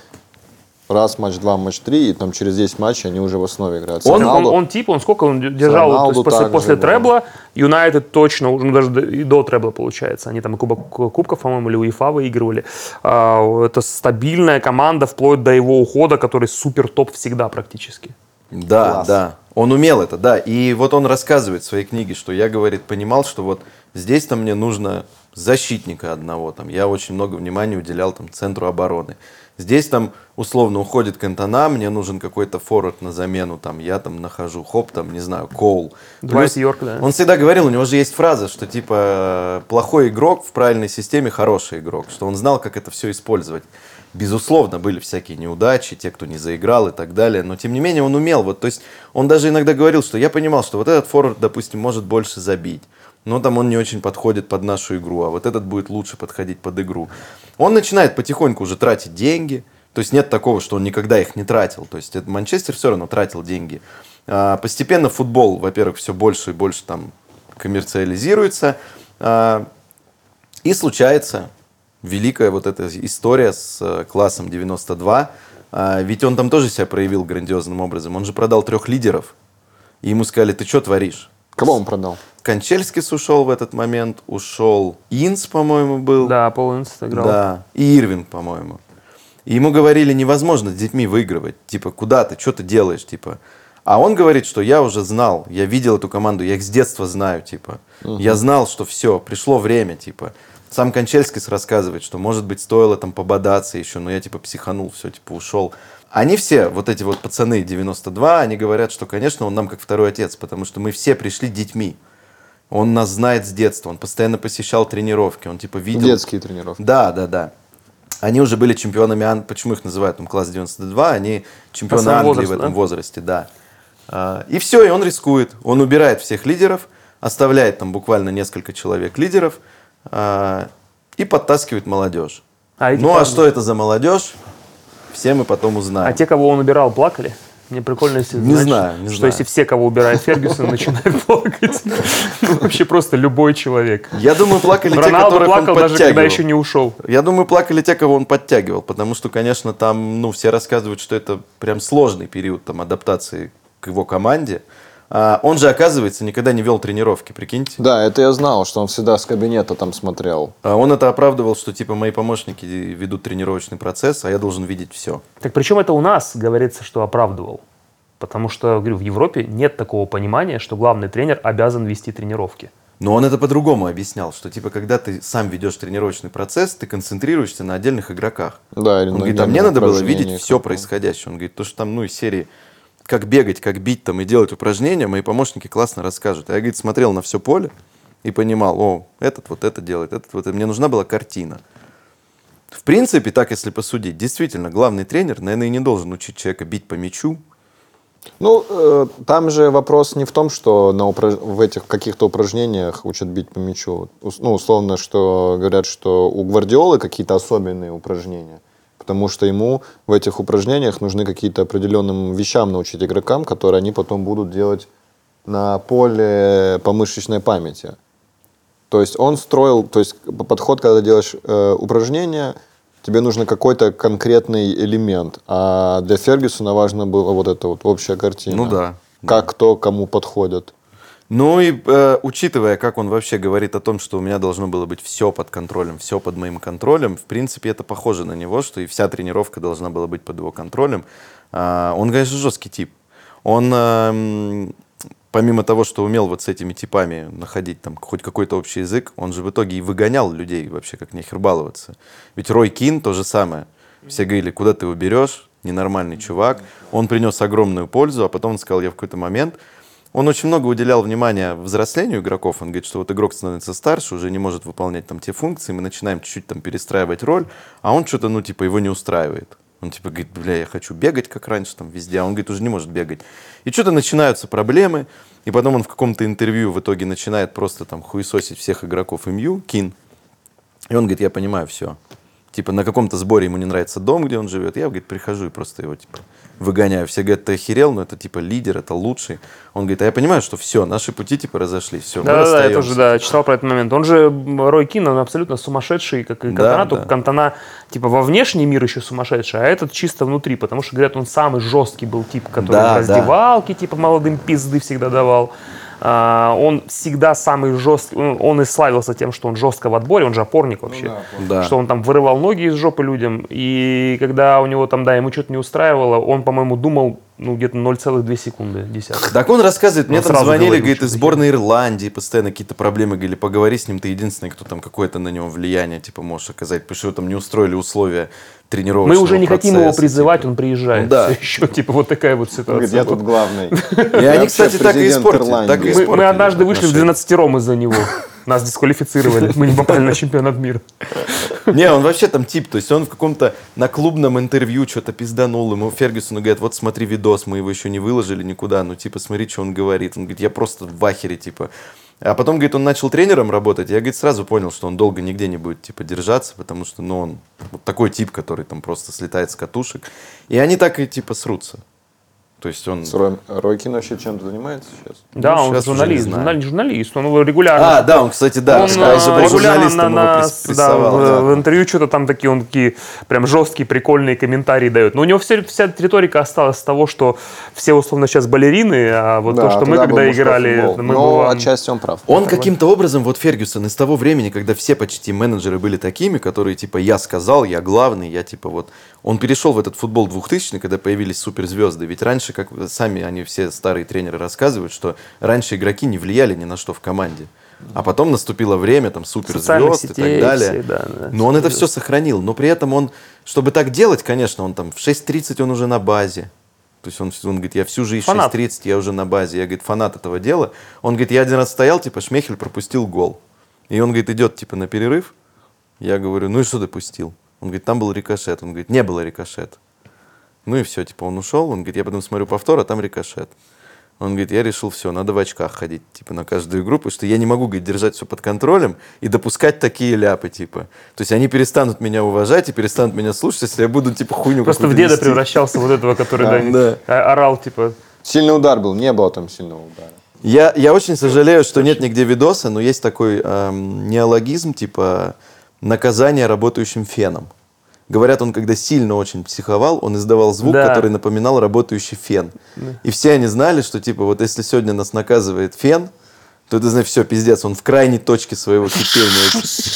раз матч, два матч, три, и там через десять матчей они уже в основе играют. С Он- Он, Роналду- он тип, он сколько он держал, то Роналду есть после, также после был. требла, Юнайтед точно, ну даже до- и до требла получается, они там и Кубок Кубков, по-моему, или УЕФА выигрывали. А, это стабильная команда вплоть до его ухода, который супер топ всегда практически. Да, Класс. да. Он умел это, да. И вот он рассказывает в своей книге, что я, говорит, понимал, что вот здесь-то мне нужно защитника одного. Там, я очень много внимания уделял там, центру обороны. Здесь там условно уходит Кантана, мне нужен какой-то форвард на замену. Там, я там нахожу, хоп, там, не знаю, Коул. Дуайт Плюс Йорк, да. Он всегда говорил, у него же есть фраза, что типа плохой игрок в правильной системе хороший игрок. Что он знал, как это все использовать. Безусловно, были всякие неудачи, те, кто не заиграл и так далее, но тем не менее он умел. Вот, то есть он даже иногда говорил, что я понимал, что вот этот форвард, допустим, может больше забить, но там он не очень подходит под нашу игру, а вот этот будет лучше подходить под игру. Он начинает потихоньку уже тратить деньги, то есть нет такого, что он никогда их не тратил. То есть это Манчестер все равно тратил деньги. А, постепенно футбол, во-первых, все больше и больше там коммерциализируется. А, и случается великая вот эта история с э, классом девяносто два. А, ведь он там тоже себя проявил грандиозным образом. Он же продал трех лидеров. И ему сказали, ты что творишь? Кого он продал? Кончельскис ушел в этот момент, ушел Инс, по-моему, был. Да, Пол Инс играл. Да, и Ирвинг, по-моему. И ему говорили, невозможно с детьми выигрывать. Типа, куда ты, что ты делаешь, типа. А он говорит, что я уже знал, я видел эту команду, я их с детства знаю, типа. Я знал, что все, пришло время, типа. Сам Кончельскис рассказывает, что, может быть, стоило там пободаться еще, но я, типа, психанул, все, типа, ушел. Они все, вот эти вот пацаны девяносто два, они говорят, что, конечно, он нам как второй отец, потому что мы все пришли детьми. Он нас знает с детства, он постоянно посещал тренировки, он, типа, видел... Детские тренировки. Да, да, да. Они уже были чемпионами Англии. Почему их называют там класс девяносто два? Они чемпионы своему Англии возрасту, в этом да? возрасте, да. А, И все, и он рискует. Он убирает всех лидеров, оставляет там буквально несколько человек лидеров а, и подтаскивает молодежь. А эти Ну а парни- что это за молодежь? Все мы потом узнаем. А те, кого он убирал, плакали? Мне прикольно, если Не знать, знаю, не что знаю. если все, кого убирает Фергюсон, начинают плакать. Ну, вообще просто любой человек. Я думаю, плакали те, Роналду которых он плакал даже когда подтягивал. еще не ушел. Я думаю, плакали те, кого он подтягивал, потому что, конечно, там, ну, все рассказывают, что это прям сложный период там адаптации к его команде. А он же, оказывается, никогда не вел тренировки, прикиньте. Да, это я знал, что он всегда с кабинета там смотрел. А он это оправдывал, что, типа, мои помощники ведут тренировочный процесс, а я должен видеть все. Так причем это у нас говорится, что оправдывал. Потому что, говорю, в Европе нет такого понимания, что главный тренер обязан вести тренировки. Но он это по-другому объяснял, что, типа, когда ты сам ведешь тренировочный процесс, ты концентрируешься на отдельных игроках. Да, или Он на говорит, а мне отдельных надо было видеть упражнениях. все происходящее. Он говорит, то, что там, ну, из серии как бегать, как бить там и делать упражнения, мои помощники классно расскажут. А я, говорит, смотрел на все поле и понимал, о, этот вот это делает, этот вот это. Мне нужна была картина. В принципе, так если посудить, действительно, главный тренер, наверное, и не должен учить человека бить по мячу. Ну, э, там же вопрос не в том, что на упраж... в этих каких-то упражнениях учат бить по мячу. Ус- Ну, условно, что говорят, что у Гвардиолы какие-то особенные упражнения. Потому что ему в этих упражнениях нужны какие-то определенным вещам научить игрокам, которые они потом будут делать на поле по мышечной памяти. То есть он строил, то есть подход, когда делаешь э, упражнения, тебе нужен какой-то конкретный элемент. А для Фергюсона важно было вот это вот общая картина. Ну да. Как кто кому подходит. Ну и э, учитывая, как он вообще говорит о том, что у меня должно было быть все под контролем, все под моим контролем, в принципе, это похоже на него, что и вся тренировка должна была быть под его контролем. А, он, конечно, жесткий тип. Он, э, помимо того, что умел вот с этими типами находить там хоть какой-то общий язык, он же в итоге и выгонял людей вообще, как нехер баловаться. Ведь Рой Кин то же самое. Все говорили, куда ты его берешь, ненормальный чувак. Он принес огромную пользу, а потом он сказал, я в какой-то момент... Он очень много уделял внимания взрослению игроков. Он говорит, что вот игрок становится старше, уже не может выполнять там те функции, мы начинаем чуть-чуть там перестраивать роль, а он что-то, ну, типа, его не устраивает. Он типа говорит, бля, я хочу бегать, как раньше, там, везде, а он, говорит, уже не может бегать. И что-то начинаются проблемы, и потом он в каком-то интервью в итоге начинает просто там хуесосить всех игроков эм ю, Кин. И он говорит, я понимаю, все. Типа на каком-то сборе ему не нравится дом, где он живет. Я, говорит, прихожу и просто его, типа, выгоняю. Все говорят, ты охерел, но это, типа, лидер, это лучший. Он говорит, а я понимаю, что все, наши пути, типа, разошлись, все, мы Да, да, да, я расстаемся. тоже, да, читал про этот момент. Он же, Рой Кин, он абсолютно сумасшедший, как и Кантана, Да, только да. Кантана, типа, во внешний мир еще сумасшедший, а этот чисто внутри, потому что, говорят, он самый жесткий был тип, который Да, в раздевалке, типа, молодым пизды всегда давал. А, он всегда самый жесткий, он, он и славился тем, что он жестко в отборе, он же опорник вообще. Да. Что он там вырывал ноги из жопы людям, и когда у него там, да, ему что-то не устраивало, он, по-моему, думал, ну, где-то ноль целых две секунды, десятых. Так он рассказывает, мне Он там сразу звонили, говорил, говорит, что из за сборной Ирландии, постоянно какие-то проблемы, говорили, поговори с ним, ты единственный, кто там какое-то на него влияние, типа, можешь оказать, потому что его там не устроили условия тренировочного Мы уже не хотим его процесса, призывать, типа. он приезжает. Ну да. Все еще, типа, вот такая вот Он ситуация. говорит, я была. тут главный. И они, кстати, так и испортили. Так и Мы, испортили мы однажды вышли в отношения. двенадцатером из-за него. Нас дисквалифицировали. Мы не попали на чемпионат мира. Не, он вообще там тип, то есть он в каком-то на клубном интервью что-то пизданул, ему Фергюсону говорят, вот смотри видос, мы его еще не выложили никуда, ну типа смотри, что он говорит. Он говорит, я просто в ахере, типа. А потом, говорит, он начал тренером работать, я, говорит, сразу понял, что он долго нигде не будет, типа, держаться, потому что, ну, он вот такой тип, который там просто слетает с катушек. И они так и, типа, срутся. То есть он... С Рой, Рой Кин вообще чем-то занимается сейчас? Да, Ну, он сейчас уже журналист, не знаю. журналист, журналист, он его регулярно... А, да, он, кстати, да, Он сказал, что э, был регулярно журналистом, на, его на- прис- да, прессовал, в, да. в интервью что-то там такие, он такие прям жесткие, прикольные комментарии дает. Но у него все, вся риторика осталась с того, что все условно сейчас балерины, а вот Да, то, что мы тогда был когда мужской играли, футбол. мы Но бываем- отчасти он прав. Он каким-то образом, вот Фергюсон, из того времени, когда все почти менеджеры были такими, которые типа я сказал, я главный, я типа вот... Он перешел в этот футбол двухтысячный, когда появились суперзвезды. Ведь раньше, как сами они все старые тренеры рассказывают, что раньше игроки не влияли ни на что в команде. А потом наступило время там Социальных суперзвезд и сетей так далее. все, да, да, Но он это суперзвезд. все сохранил. Но при этом он, чтобы так делать, конечно, он там в шесть тридцать он уже на базе. То есть он, он говорит, я всю жизнь в Фанат. шесть тридцать, я уже на базе. Я, говорит, фанат этого дела. Он говорит, я один раз стоял, типа, Шмехель пропустил гол. И он, говорит, идет, типа, на перерыв. Я говорю, ну и что ты пустил? Он говорит, там был рикошет. Он говорит, не было рикошета. Ну и все, типа, он ушел. Он говорит, я потом смотрю повтор, а там рикошет. Он говорит, я решил, все, надо в очках ходить, типа, на каждую игру, потому что я не могу, говорит, держать все под контролем и допускать такие ляпы, типа. То есть они перестанут меня уважать и перестанут меня слушать, если я буду, типа, хуйню Просто в какую-то деда нести. превращался вот этого, который Да, да, да. орал, типа... Сильный удар был, не было там сильного удара. Я, я очень сожалею, что нет нигде видоса, но есть такой эм, неологизм, типа, наказание работающим феном. Говорят, он когда сильно очень психовал, он издавал звук, Да. который напоминал работающий фен. И все они знали, что типа вот если сегодня нас наказывает фен, то это, знаешь, все, пиздец, он в крайней точке своего кипения.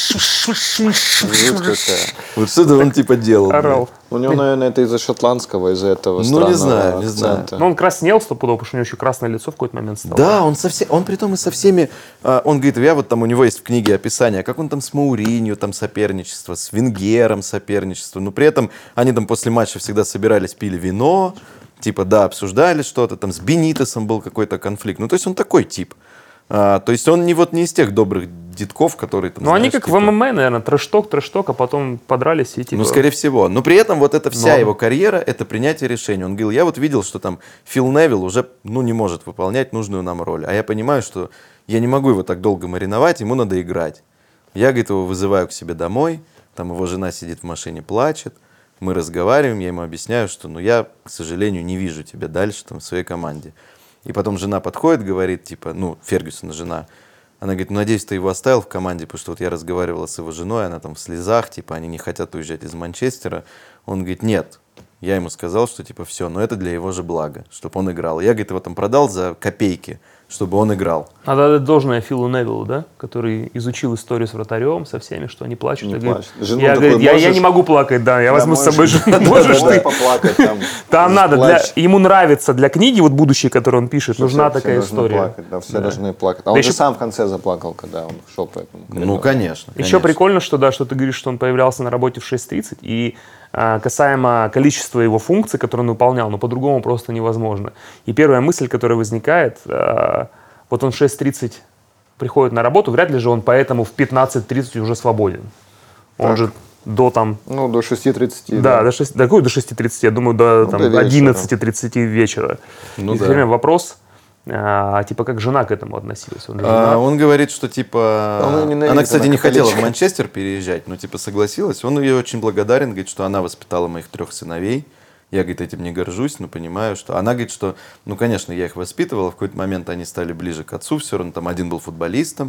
Жуть какая. Вот что-то он типа делал. Орал. У него, наверное, это из-за шотландского, из-за этого Ну, не странного знаю, не знаю. акцента. Ну, он краснел стопудово, потому что у него еще красное лицо в какой-то момент стало. Да, он со все, он при том и со всеми, а, он говорит, я вот там, у него есть в книге описание, как он там с Мауринью там соперничество, с Венгером соперничество, но при этом они там после матча всегда собирались, пили вино, Типа, да, обсуждали что-то, там с Бенитесом был какой-то конфликт. Ну, то есть он такой тип. А, то есть он не вот не из тех добрых детков, которые там, Ну, они знаешь, как типа- в ММА, наверное, трэш-ток, трэш-ток, а потом подрались и типа... Ну, скорее всего. Но при этом вот эта вся Норм. его карьера — это принятие решений. Он говорил, я вот видел, что там Фил Невилл уже, ну, не может выполнять нужную нам роль. А я понимаю, что я не могу его так долго мариновать, ему надо играть. Я, говорит, его вызываю к себе домой, там его жена сидит в машине, плачет, мы разговариваем, я ему объясняю, что, ну, я, к сожалению, не вижу тебя дальше там в своей команде. И потом жена подходит, говорит, типа, ну, Фергюсона жена, она говорит, ну, надеюсь, ты его оставил в команде, потому что вот я разговаривала с его женой, она там в слезах, типа, они не хотят уезжать из Манчестера. Он говорит, нет, я ему сказал, что, типа, все, но это для его же блага, чтобы он играл. Я, говорит, его там продал за копейки, чтобы он играл. Надо отдать должное Филу Невиллу, да, который изучил историю с вратарем, со всеми, что они плачут. Не Я говорю, плачет. Жену я, такой, говорит, я, я можешь- не могу плакать, да, я Да, возьму с собой можешь. жену. Можешь Давай ты? поплакать там. Там надо, для, Плачь. ему нравится для книги вот будущей, которую он пишет, нужна Все- все такая должны история. плакать, да, все Да. должны плакать. А Да он еще- же сам в конце заплакал, когда он шел по этому коридору. Ну, конечно. Еще конечно. прикольно, что да, что ты говоришь, что он появлялся на работе в шесть тридцать, и а, касаемо количества его функций, которые он выполнял, ну, по-другому просто невозможно. И первая мысль, которая возникает, а, вот он в шесть тридцать приходит на работу, вряд ли же он поэтому в пятнадцать тридцать уже свободен. Он Так. же до там... Ну, до шести тридцати. Да, до шести, до, какой до шести тридцати, я думаю, до Ну, там, до вечера. одиннадцати тридцати вечера. Ну И да. все время вопрос, а, типа, как жена к этому относилась? Он же А, женат. он говорит, что типа... Он её ненавидит, Она, кстати, она не хотела в католичка. Манчестер переезжать, но типа согласилась. Он ей очень благодарен, говорит, что она воспитала моих трех сыновей. Я, говорит, этим не горжусь, но понимаю, что... Она говорит, что, ну, конечно, я их воспитывала, в какой-то момент они стали ближе к отцу, все равно там один был футболистом,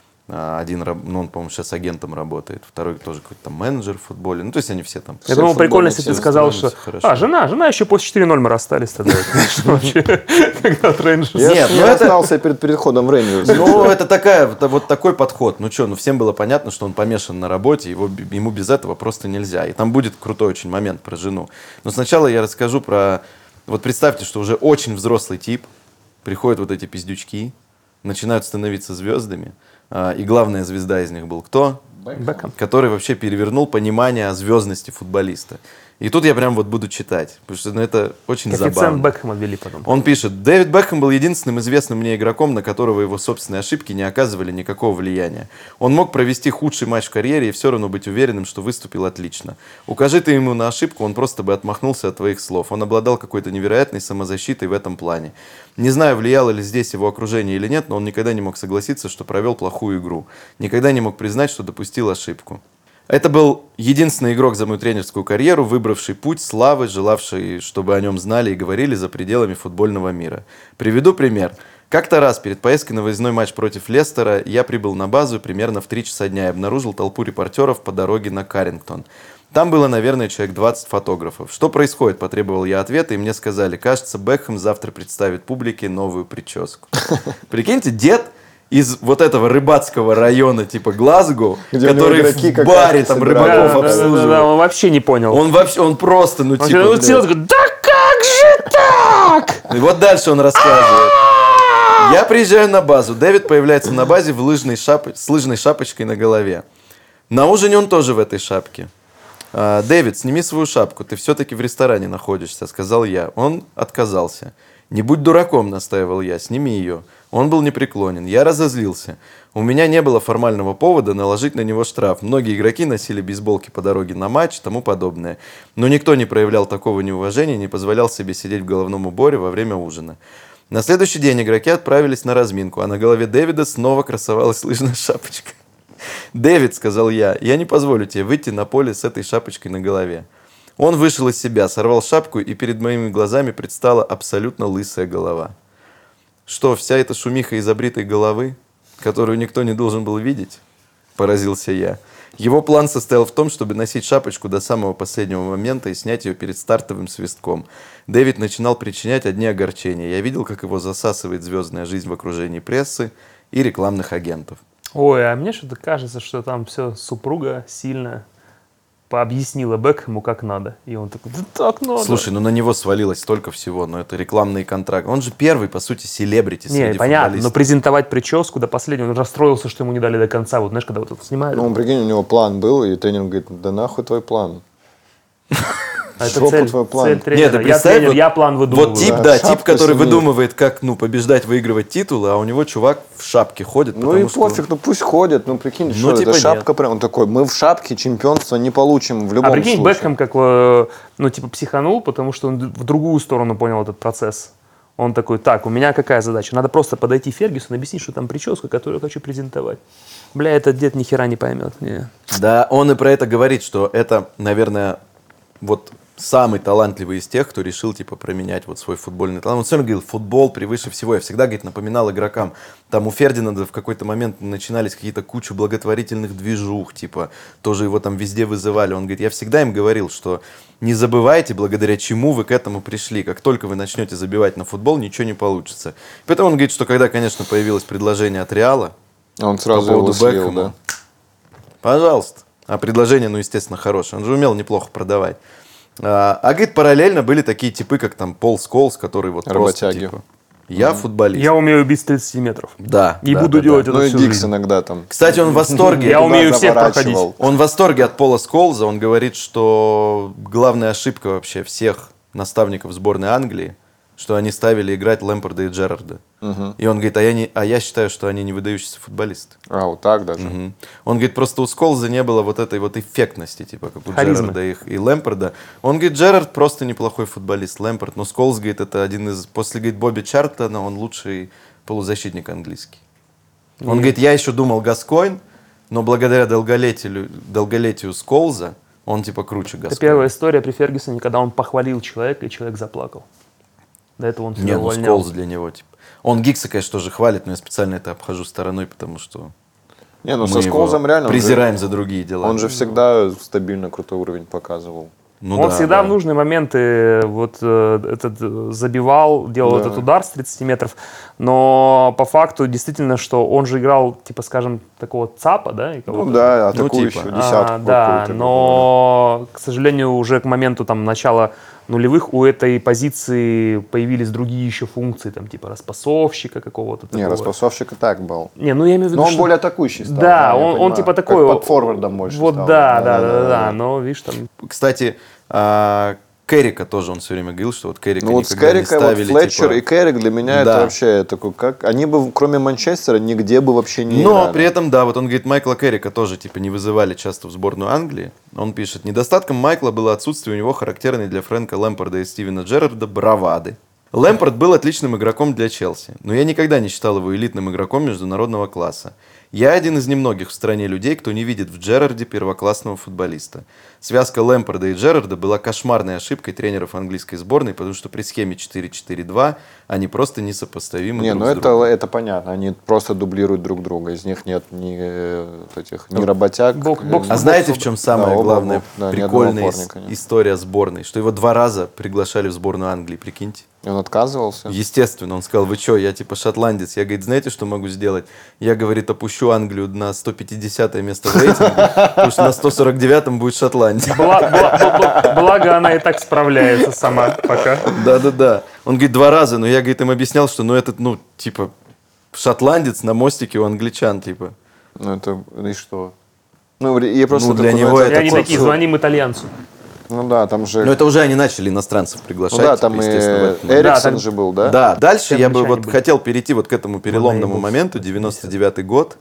а, один, раб- ну, он, по-моему, сейчас агентом работает, второй тоже какой-то там менеджер в футболе. Ну, то есть они все там... Я Все думал, прикольно, если футбольные ты сказал, устроились что... хорошо. А, жена, жена еще после четыре ноль мы расстались тогда. Что вообще? Когда от Рейнджерс. Я Нет, ж ну не это- расстался перед переходом в Рейнджерс. Ну, это такая, вот, вот такой подход. Ну что, ну всем было понятно, что он помешан на работе, его, б- ему без этого просто нельзя. И там будет крутой очень момент про жену. Но сначала я расскажу про... Вот представьте, что уже очень взрослый тип, приходят вот эти пиздючки, начинают становиться звездами. А, И главная звезда из них был кто? Бекхэм. Который вообще перевернул понимание о звездности футболиста. И тут я прям вот буду читать, потому что ну, это очень Коэффициент забавно. Бекхэма ввели потом. Он пишет, Дэвид Бекхэм был единственным известным мне игроком, на которого его собственные ошибки не оказывали никакого влияния. Он мог провести худший матч в карьере и все равно быть уверенным, что выступил отлично. Укажи ты ему на ошибку, он просто бы отмахнулся от твоих слов. Он обладал какой-то невероятной самозащитой в этом плане. Не знаю, влияло ли здесь его окружение или нет, но он никогда не мог согласиться, что провел плохую игру. Никогда не мог признать, что допустил ошибку. Это был единственный игрок за мою тренерскую карьеру, выбравший путь славы, желавший, чтобы о нем знали и говорили за пределами футбольного мира. Приведу пример. Как-то раз перед поездкой на выездной матч против Лестера я прибыл на базу примерно в три часа дня и обнаружил толпу репортеров по дороге на Каррингтон. Там было, наверное, человек двадцать фотографов. Что происходит? Потребовал я ответа, и мне сказали, кажется, Бекхэм завтра представит публике новую прическу. Прикиньте, дед из вот этого рыбацкого района, типа Глазго, Где у него который игроки в как баре акции там собирают. рыбаков Да, да, да, да, обслуживает. да, он вообще не понял. Он вообще, он просто, ну Он типа, сидел- блядь. сидел такой, да как же так? И вот дальше он рассказывает. Я приезжаю на базу. Дэвид появляется на базе в лыжной шап... с лыжной шапочкой на голове. На ужине он тоже в этой шапке. «А, Дэвид, сними свою шапку, ты все-таки в ресторане находишься, сказал я. Он отказался. Не будь дураком, настаивал я, сними ее. Он был непреклонен. Я разозлился. У меня не было формального повода наложить на него штраф. Многие игроки носили бейсболки по дороге на матч и тому подобное. Но никто не проявлял такого неуважения, не позволял себе сидеть в головном уборе во время ужина. На следующий день игроки отправились на разминку, а на голове Дэвида снова красовалась лыжная шапочка. «Дэвид», — сказал я, — «я не позволю тебе выйти на поле с этой шапочкой на голове». Он вышел из себя, сорвал шапку, и перед моими глазами предстала абсолютно лысая голова. «Что, вся эта шумиха из обритой головы, которую никто не должен был видеть?» – поразился я. Его план состоял в том, чтобы носить шапочку до самого последнего момента и снять ее перед стартовым свистком. Дэвид начинал причинять одни огорчения. Я видел, как его засасывает звездная жизнь в окружении прессы и рекламных агентов. Ой, а мне что-то кажется, что там все супруга сильно пообъяснила Бекхэму, как надо. И он такой, да так надо. Слушай, ну на него свалилось столько всего, но это рекламные контракты. Он же первый, по сути, селебрити Не, среди понятно, но футболистов. презентовать прическу до последнего, он расстроился, что ему не дали до конца. Вот знаешь, когда вот это снимают. Ну, прикинь, у него план был, и тренер говорит, да нахуй твой план. Это Жопу цель, твой план. цель тренера. Нет, ты я представь, тренер, вот- я план выдумываю. Вот тип, да. да, Шапку тип, который себе. выдумывает, как, ну, побеждать, выигрывать титулы, а у него чувак в шапке ходит, Ну потому и что... пофиг, ну пусть ходит, ну прикинь, Ну, что типа это шапка нет. прям, он такой, мы в шапке чемпионства не получим в любом А прикинь, случае. Бекхэм как, э, ну, типа, психанул, потому что он в другую сторону понял этот процесс. Он такой, так, у меня какая задача? Надо просто подойти Фергюсону, объяснить, что там прическа, которую я хочу презентовать. Бля, этот дед ни хера не поймет. Не. Да, он и про это говорит, что это, наверное, вот самый талантливый из тех, кто решил, типа, променять вот свой футбольный талант. Он все равно говорил, футбол превыше всего. Я всегда, говорит, напоминал игрокам. Там у Фердинанда в какой-то момент начинались какие-то куча благотворительных движух, типа, тоже его там везде вызывали. Он говорит, я всегда им говорил, что не забывайте, благодаря чему вы к этому пришли. Как только вы начнете забивать на футбол, ничего не получится. Поэтому он говорит, что когда, конечно, появилось предложение от Реала, Он по сразу его поводу слил, Бекхэма, да? пожалуйста. А предложение, ну, естественно, хорошее. Он же умел неплохо продавать. А, а говорит, параллельно были такие типы, как там Пол Сколс, который вот просто, Работяги. типа, я футболист. Я умею бить с тридцати метров. Да. И да, буду да, делать да. это Ну и всю Гикс жизнь. иногда там. Кстати, он в восторге. Я туда умею всех заворачивал. проходить. Он в восторге от Пола Сколза. Он говорит, что главная ошибка вообще всех наставников сборной Англии, что они ставили играть Лэмпарда и Джерарда. И он говорит, а я, не, а я считаю, что они не выдающиеся футболисты. А, вот так даже. Мгм. Он говорит, просто у Сколза не было вот этой вот эффектности, типа, как у Харизмы. Джерарда и, и Лэмпарда. Он говорит, Джерард просто неплохой футболист, Лэмпард, но Сколз, говорит, это один из, после, говорит, Бобби Чартона, он лучший полузащитник английский. Он говорит, я еще думал Гаскойн, но благодаря долголетию, долголетию Сколза, он типа круче Это Гаскойна. первая история при Фергюсоне, когда он похвалил человека, и человек заплакал. До этого он всегда Не, ну увольнял. Сколз для него, типа. Он Гикса, конечно, тоже хвалит, но я специально это обхожу стороной, потому что Не, ну мы со его Сколзом реально. он же- презираем за другие дела. Он же всегда стабильно крутой уровень показывал. Ну Он да, всегда да. в нужные моменты вот э, этот э, забивал, делал Да. этот удар с тридцати метров, но по факту действительно, что он же играл, типа, скажем, такого ЦАПа, да? и Ну кого-то. да, Ну, атакующую типа. десятку. А, да, какую-то, но, к сожалению, уже к моменту там начала нулевых у этой позиции появились другие еще функции, там типа распасовщика какого-то. Не, такого. распасовщик и так был. Не, ну я имею в виду, Но он что- более атакующий стал. Да, я он, он понимаю. типа Как такой. под форвардом больше Вот стал. да, да, да, да, да, но видишь там. Кстати, а, Керрика тоже он все время говорил, что вот Керрика Ну вот с никогда не Керрикой, вот ставили, Флетчер типа, и Керрик для меня Да. это вообще такой, как они бы кроме Манчестера нигде бы вообще не Но играли. при этом, да, вот он говорит, Майкла Керрика тоже типа не вызывали часто в сборную Англии. Он пишет, недостатком Майкла было отсутствие у него характерной для Фрэнка Лэмпарда и Стивена Джерарда бравады. Лэмпард был отличным игроком для Челси, но я никогда не считал его элитным игроком международного класса. Я один из немногих в стране людей, кто не видит в Джерарде первоклассного футболиста. Связка Лэмпарда и Джерарда была кошмарной ошибкой тренеров английской сборной, потому что при схеме четыре четыре два они просто несопоставимы Не, друг ну с это, другом. это понятно, они просто дублируют друг друга, из них нет ни э, вот этих ни работяг. Бок- э, бокс- А знаете, в чем самая Да, оба главная бок, да, ни прикольная одного ис- опорника нет. история сборной? Что его два раза приглашали в сборную Англии, прикиньте. И он отказывался. Естественно, он сказал, вы что, я типа шотландец. Я, говорит, знаете, что могу сделать? Я, говорит, опущу Англию на сто пятидесятое место в рейтинге, потому что на сто сорок девятом будет Шотландия. Бла- бла- бла- Благо она и так справляется сама пока. Да-да-да. Он говорит, два раза, но я, говорит, им объяснял, что, ну, этот, ну, типа, шотландец на мостике у англичан, типа. Ну это, и что? Ну, я просто Ну, для такой, него это И это они такой такие, абсурд. звоним итальянцу. Ну да, там же... Но это уже они начали иностранцев приглашать. ну да, типа, там и естественно, в этот момент. Эриксон Да, там- же был, да? Да, дальше Все я бы англичане вот были. хотел перейти вот к этому переломному Ладно, моменту, девяносто девятый год.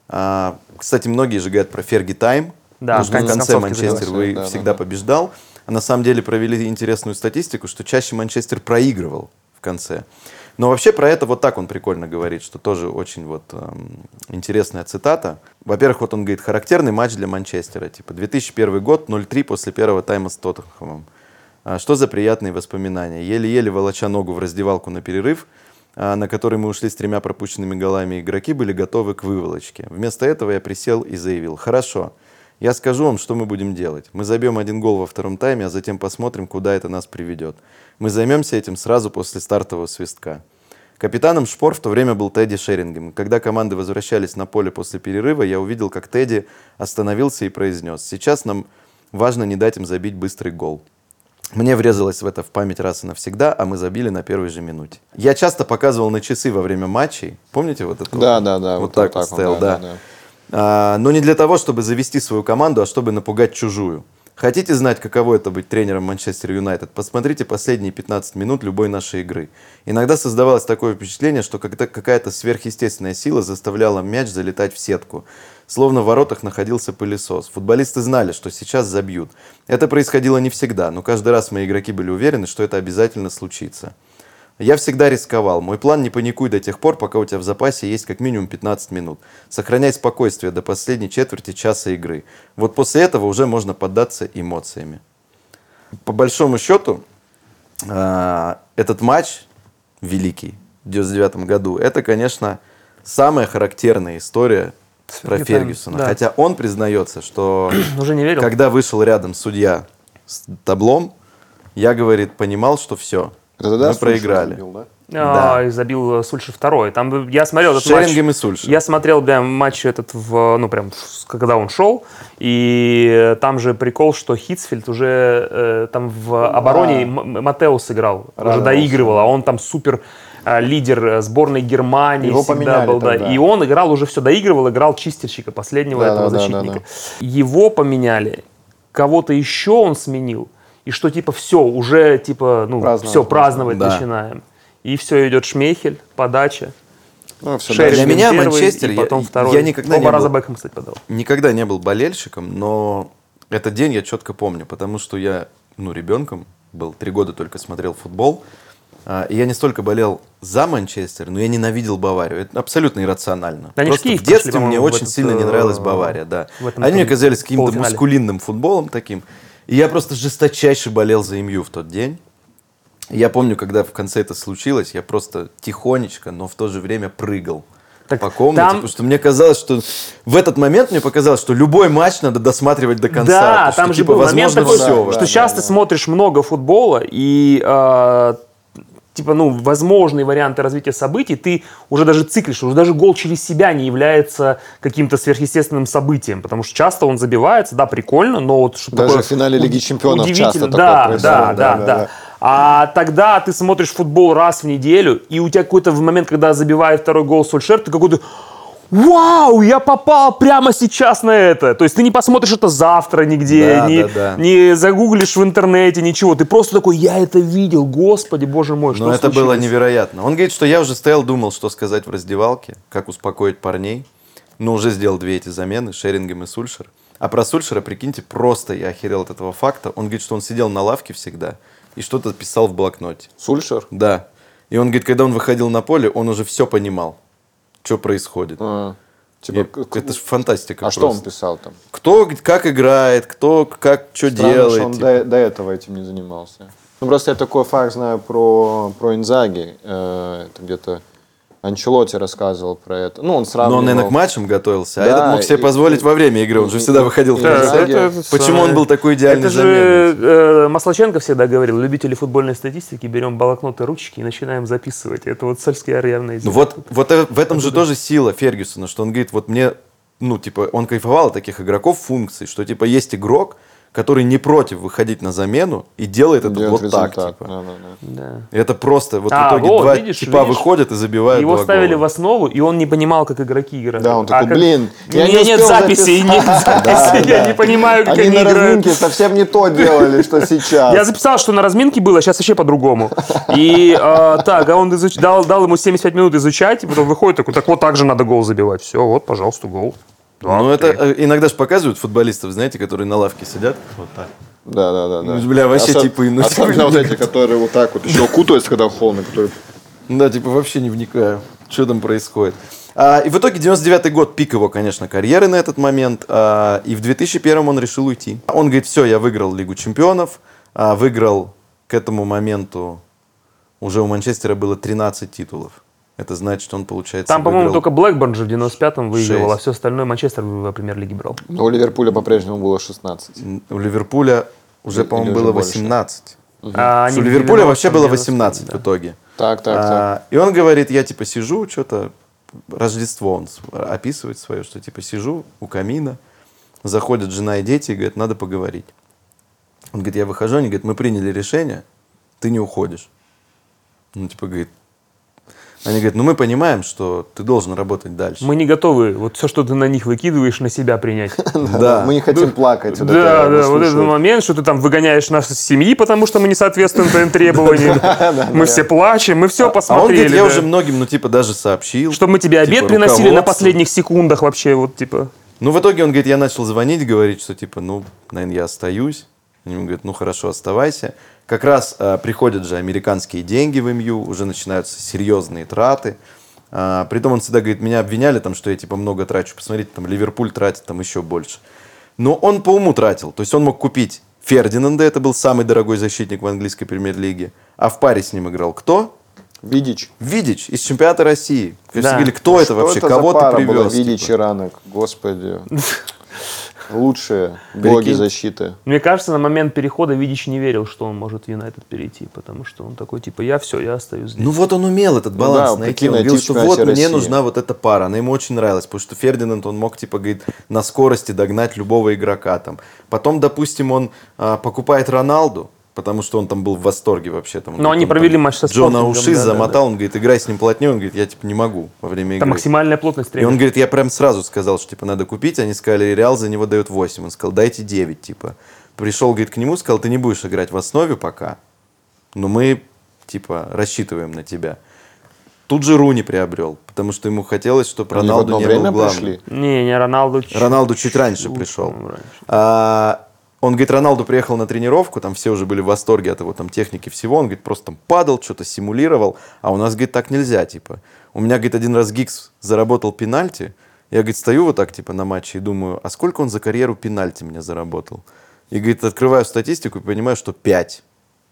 А, кстати, многие же говорят про Ферги Тайм. Да, потому что в конец конце концовки Манчестер забился, вы да, да, всегда да. побеждал. А на самом деле провели интересную статистику, что чаще Манчестер проигрывал в конце. Но вообще про это вот так он прикольно говорит, что тоже очень вот эм, интересная цитата. Во-первых, вот он говорит, характерный матч для Манчестера. Типа две тысячи первый год, ноль три после первого тайма с Тоттенхэмом. А, что за приятные воспоминания. Еле-еле волоча ногу в раздевалку на перерыв, а, на который мы ушли с тремя пропущенными голами, игроки были готовы к выволочке. Вместо этого я присел и заявил, хорошо, я скажу вам, что мы будем делать. Мы забьем один гол во втором тайме, а затем посмотрим, куда это нас приведет. Мы займемся этим сразу после стартового свистка. Капитаном Шпор в то время был Тедди Шерингем. Когда команды возвращались на поле после перерыва, я увидел, как Тедди остановился и произнес, сейчас нам важно не дать им забить быстрый гол. Мне врезалось в это в память раз и навсегда, а мы забили на первой же минуте. Я часто показывал на часы во время матчей. Помните вот это? Да, вот? да, да. Вот, так вот он, стоял, да. А, но не для того, чтобы завести свою команду, а чтобы напугать чужую. Хотите знать, каково это быть тренером Манчестер Юнайтед? Посмотрите последние пятнадцать минут любой нашей игры. Иногда создавалось такое впечатление, что когда какая-то сверхъестественная сила заставляла мяч залетать в сетку. Словно в воротах находился пылесос. Футболисты знали, что сейчас забьют. Это происходило не всегда, но каждый раз мои игроки были уверены, что это обязательно случится. Я всегда рисковал. Мой план — не паникуй до тех пор, пока у тебя в запасе есть как минимум пятнадцать минут. Сохраняй спокойствие до последней четверти часа игры. Вот после этого уже можно поддаться эмоциями. По большому счету, этот матч великий в девяносто девятом году, это, конечно, самая характерная история про Фергюсона. Да. Хотя он признается, что Уже не верил. когда вышел рядом судья с таблом, я, говорит, понимал, что все. Это тогда Мы Сульшер проиграли. забил, да? А, Да. и забил э, Сульшер второй. Там я смотрел этот Шерингем матч. и Сульшер. Я смотрел прям матч этот в, ну прям в- когда он шел, и там же прикол, что Хитцфельд уже э, там в обороне М- Матеус играл, уже Радовался. доигрывал, а он там супер э, лидер сборной Германии Его всегда поменяли был, да. тогда. И он играл уже все доигрывал, играл чистильщика последнего Да, этого да, да, защитника. да, да. Его поменяли, кого-то еще он сменил. И что типа все, уже типа, ну, Праздновать все, можно. праздновать Да. начинаем. И все, идет Шмейхель, подача. Ну, всё, Шерингем Для меня первый, Манчестер, и я- потом второй. я никогда Оба не раза был- Бекхэм, кстати, подал. Никогда не был болельщиком, но этот день я четко помню, потому что я, ну, ребенком был, три года только смотрел футбол, а, и я не столько болел за Манчестер, но я ненавидел Баварию. Это абсолютно иррационально. Они ж Просто Киев в детстве пошли, мне по-моему, в очень этот, сильно не нравилась э, Бавария, да. в этом Они мне тур- казались каким-то полуфинале. мускулинным футболом таким. И я просто жесточайше болел за МЮ в тот день. Я помню, когда в конце это случилось, я просто тихонечко, но в то же время прыгал Так по комнате, там- потому что мне казалось, что в этот момент мне показалось, что любой матч надо досматривать до конца. Да, То есть, там что, же типа, был момент возможно, такой, все что вообще. да, сейчас да, ты да. смотришь много футбола, и э, типа, ну, возможные варианты развития событий, ты уже даже циклишь, уже даже гол через себя не является каким-то сверхъестественным событием, потому что часто он забивается, да, прикольно, но вот что Даже такое в финале Лиги уд- Чемпионов удивительно, часто такое да, происходит. да, Да, да, да, да. да. А тогда ты смотришь футбол раз в неделю, и у тебя какой-то в момент, когда забивает второй гол Сульшер, ты какой-то: вау, я попал прямо сейчас на это. То есть ты не посмотришь это завтра нигде, Да, не, да, да. не загуглишь в интернете, ничего. Ты просто такой: я это видел, господи, боже мой, что Но это было случилось?» невероятно. Он говорит, что я уже стоял, думал, что сказать в раздевалке, как успокоить парней. Но уже сделал две эти замены, Шерингем и Сульшер. А про Сульшера, прикиньте, просто я охерел от этого факта. Он говорит, что он сидел на лавке всегда и что-то писал в блокноте. Сульшер? Да. И он говорит, когда он выходил на поле, он уже все понимал, что происходит. А, типа, И к- это же фантастика а что он просто. писал там? Кто как играет, кто как что Странно, делает. что он типа. до, до этого этим не занимался. Ну, просто я такой факт знаю про, про Инзаги. Э, это где-то Анчелотти рассказывал про это. Ну, он Но сравнивал... он, наверное, к матчам готовился, а Да, этот мог себе и- позволить во время игры. Он же всегда выходил в Да, конце. это- это Почему он был такой идеальный Это же заменой? э, Маслаченко всегда говорил: любители футбольной статистики, берем блокноты, ручки и начинаем записывать. Это вот Сольскияр явно из Ну них. вот, вот э- в этом же тоже сила Фергюсона, что он говорит, вот мне, ну, типа, он кайфовал от таких игроков функций, что, типа, есть игрок, который не против выходить на замену и делает это делает вот так, результат. типа. Да, да, да. Да. И это просто, вот А, в итоге вот, два видишь, типа видишь? выходят и забивают Его два ставили гола. в основу, и он не понимал, как игроки играют. Да, он такой: А как- блин, У я меня не нет успел записей, записать. нет Да, записей, я да. не понимаю, как Они они на играют. разминке совсем не то делали, что сейчас. Я записал, что на разминке было, сейчас вообще по-другому. И э, так, а он изуч- дал, дал ему семьдесят пять минут изучать, и потом выходит такой: так вот так же надо гол забивать. Все, вот, пожалуйста, гол. Два, Ну, это три. э, иногда же показывают футболистов, знаете, которые на лавке сидят. Вот так. Да, да, да, да. Ну, бля, вообще Осо- типы, ну, Особенно вот эти, которые вот так вот еще кутаются, когда холодно, которые... Да, типа вообще не вникаю, что там происходит. А, и в итоге девяносто девятый год, пик его, конечно, карьеры на этот момент. А, и в две тысячи первом он решил уйти. Он говорит, все, я выиграл Лигу Чемпионов, а, выиграл к этому моменту, уже у Манчестера было тринадцать титулов. Это значит, что он, получается, Там, по-моему, выиграл- только Блэкборн же в девяносто пятом выигрывал, а Шесть. все остальное Манчестер в премьер-лиге брал. Но у Ливерпуля по-прежнему было шестнадцать. У Ливерпуля уже, Или по-моему, уже было больше. восемнадцать. А Что они у в Ливерпуля вообще девяностом, было девяностом, восемнадцать да. в итоге. Так, так, так. А, и он говорит, я типа сижу, что-то, Рождество он с- описывает свое, что типа сижу у камина, заходят жена и дети и говорят, надо поговорить. Он говорит, я выхожу, они говорят, мы приняли решение, ты не уходишь. Ну, типа, говорит, Они говорят, ну мы понимаем, что ты должен работать дальше. Мы не готовы вот все, что ты на них выкидываешь, на себя принять. Да. Мы не хотим плакать. вот Да, это да, вот этот выслушивать. момент, что ты там выгоняешь нас из семьи, потому что мы не соответствуем твоим требованиям. Мы все плачем, мы все А он посмотрели. говорит, я да. уже многим, ну типа даже сообщил. Чтобы мы тебе обед типа, приносили на руководству. последних секундах вообще, вот типа. Ну, в итоге он говорит, я начал звонить, говорить, что типа, ну, наверное, я остаюсь. Они ему говорят, ну, хорошо, оставайся. Как раз а, приходят же американские деньги в эм ю, уже начинаются серьезные траты. А, притом он всегда говорит, меня обвиняли, там, что я типа много трачу. Посмотрите, там Ливерпуль тратит там еще больше. Но он по уму тратил. То есть он мог купить Фердинанда, это был самый дорогой защитник в английской премьер-лиге. А в паре с ним играл кто? Видич. Видич из чемпионата России. Да. Все говорили, кто это Что вообще, это кого за ты пара была, привез? Видич типа? и Ранок, господи. Лучшие боги Прикинь. защиты. Мне кажется, на момент перехода Видич не верил, что он может в Юнайтед перейти, потому что он такой, типа, я все, я остаюсь здесь. Ну вот он умел этот баланс да, найти. прикинь, Он найти говорил, в что чемпионате вот мне России. нужна вот эта пара. Она ему очень нравилась, потому что Фердинанд, он мог, типа, говорит, на скорости догнать любого игрока там. Потом, допустим, он а, покупает Роналду, потому что он там был в восторге вообще. Там, Но они он, там, провели матч со Джона Спортингом, Уши да, да, замотал, он говорит, играй с ним плотнее. Он говорит, я, типа, не могу во время Это игры. максимальная плотность И тренера. он говорит, я прям сразу сказал, что типа надо купить. Они сказали, Реал за него дает восемь. Он сказал, дайте девять, типа. Пришел, говорит, к нему, сказал, ты не будешь играть в основе пока, но мы, типа, рассчитываем на тебя. Тут же Руни приобрел, потому что ему хотелось, чтобы Они в Роналду одно не время был главным. пришли? Не, не, Роналду чуть- Роналду чуть раньше чуть, пришел. по-моему, раньше. А, он говорит, Роналду приехал на тренировку, там все уже были в восторге от его там техники всего. Он говорит, просто там падал, что-то симулировал. А у нас, говорит, так нельзя, типа. У меня, говорит, один раз Гиггс заработал пенальти. Я, говорит, стою вот так, типа, на матче и думаю, а сколько он за карьеру пенальти мне заработал? И, говорит, открываю статистику и понимаю, что пять.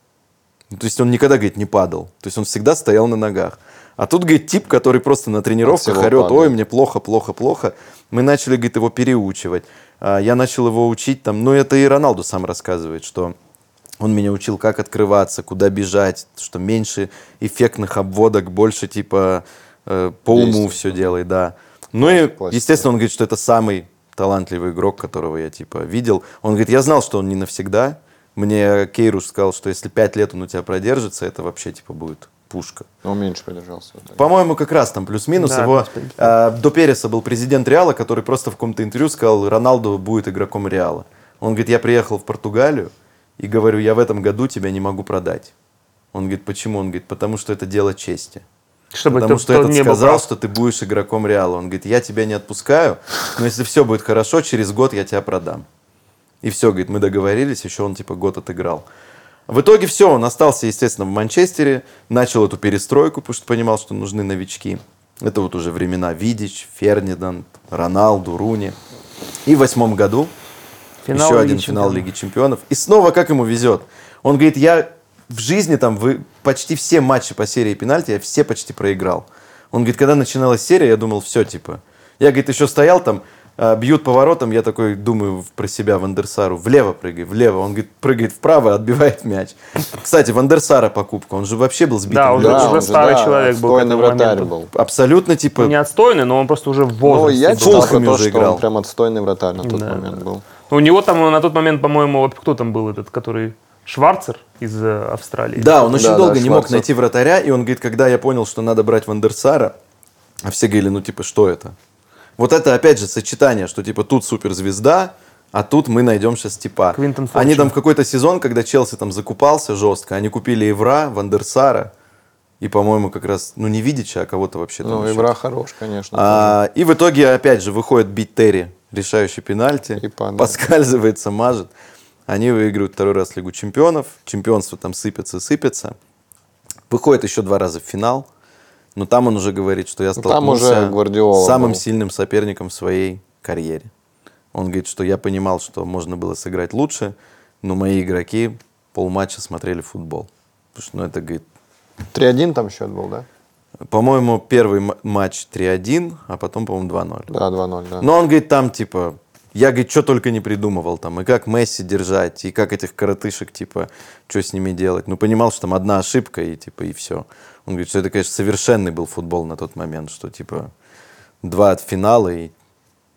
Ну, то есть он никогда, говорит, не падал. То есть он всегда стоял на ногах. А тут, говорит, тип, который просто на тренировках всего орет, падает. ой, мне плохо, плохо, плохо. Мы начали, говорит, его переучивать. А, Я начал его учить там, ну это и Роналду сам рассказывает, что он меня учил, как открываться, куда бежать, что меньше эффектных обводок, больше типа э, по уму Действий. все делай, да. Ну и, Классика. естественно, он говорит, что это самый талантливый игрок, которого я типа видел. Он говорит, я знал, что он не навсегда. Мне Кейруш сказал, что если пять лет он у тебя продержится, это вообще типа будет пушка. Но он меньше продержался. в итоге. По-моему, как раз там плюс-минус. Да, Его плюс пять. э, до Переса был президент Реала, который просто в каком-то интервью сказал, Роналду будет игроком Реала. Он говорит, я приехал в Португалию и говорю, я в этом году тебя не могу продать. Он говорит, почему? Он говорит, потому что это дело чести. Чтобы Потому кто- что кто этот не был сказал, прав. что ты будешь игроком Реала. Он говорит, я тебя не отпускаю, но если все будет хорошо, через год я тебя продам. И все, говорит, мы договорились, еще он типа год отыграл. В итоге все, он остался, естественно, в Манчестере, начал эту перестройку, потому что понимал, что нужны новички. Это вот уже времена Видич, Фердинанд, Роналду, Руни. И в восьмом году Финал еще Лиги один финал Чемпионов. Лиги Чемпионов. И снова как ему везет. Он говорит, я в жизни там вы, почти все матчи по серии пенальти, я все почти проиграл. Он говорит, когда начиналась серия, я думал, все, типа. Я, говорит, еще стоял там, а, бьют поворотом, я такой думаю про себя, Вандерсару, влево прыгай, влево. Он, говорит, прыгает вправо, отбивает мяч. Кстати, Вандерсара покупка, он же вообще был сбитым Да, уже- летчиком. уже он же, старый да, человек был к отстойный этому вратарь моменту. был. Абсолютно, типа, Ну, не отстойный, но он просто уже в Ну, возрасте я был. читал про Фулхэме то, уже что играл. он прям отстойный вратарь на тот Да, момент да. был. У него там на тот момент, по-моему, кто там был этот, который Шварцер из э, Австралии? Да, он очень Да, долго да, не мог Шварцев. найти вратаря, и он говорит, когда я понял, что надо брать Вандерсара, а все говорили, ну типа, что это? Вот это опять же сочетание, что типа тут суперзвезда, а тут мы найдем сейчас типа. Квинтон Они Форчин. там в какой-то сезон, когда Челси там закупался жестко, они купили Ивра, Вандерсара и, по-моему, как раз, ну не Видича, а кого-то вообще там Ну, еще. игра хорош, конечно. А, и в итоге, опять же, выходит бить Терри, решающий пенальти, И падает. поскальзывается, мажет. Они выигрывают второй раз Лигу Чемпионов, чемпионство там сыпется, сыпется. Выходит еще два раза в финал, но там он уже говорит, что я там столкнулся уже Гвардиола с самым был. сильным соперником в своей карьере. Он говорит, что я понимал, что можно было сыграть лучше, но мои игроки полматча смотрели футбол. Потому что, ну, это, говорит, три-один там счет был, да? по-моему, первый м- матч три-один, а потом, по-моему, два-ноль. Да, два-ноль, да. Но он говорит, там, типа, я, говорит, что только не придумывал там, и как Месси держать, и как этих коротышек, типа, что с ними делать. Ну, понимал, что там одна ошибка, и, типа, и все. Он говорит, что это, конечно, совершенный был футбол на тот момент, что, типа, два от финала, и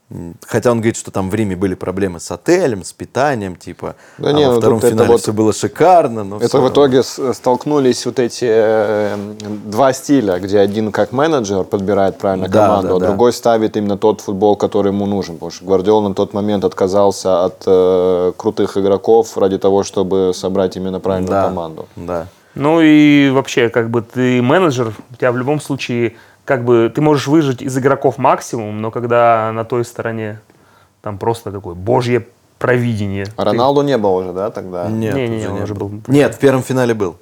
М, Хотя он говорит, что там в Риме были проблемы с отелем, с питанием, типа. Да а не, во ну втором тут это финале вот- все было шикарно. Но Это всё в равно. итоге с- столкнулись вот эти э, два стиля, где один как менеджер подбирает правильно Да, команду, да, а да. другой ставит именно тот футбол, который ему нужен. Потому что Гвардиола на тот момент отказался от э, крутых игроков ради того, чтобы собрать именно правильную Да, команду. да. Ну и вообще, как бы ты менеджер, у тебя в любом случае, как бы ты можешь выжать из игроков максимум, но когда на той стороне там просто такое божье провидение. А ты- Роналду не было уже, да, тогда? Нет, Не-не-не, уже он не уже был. был. Нет, в первом финале был.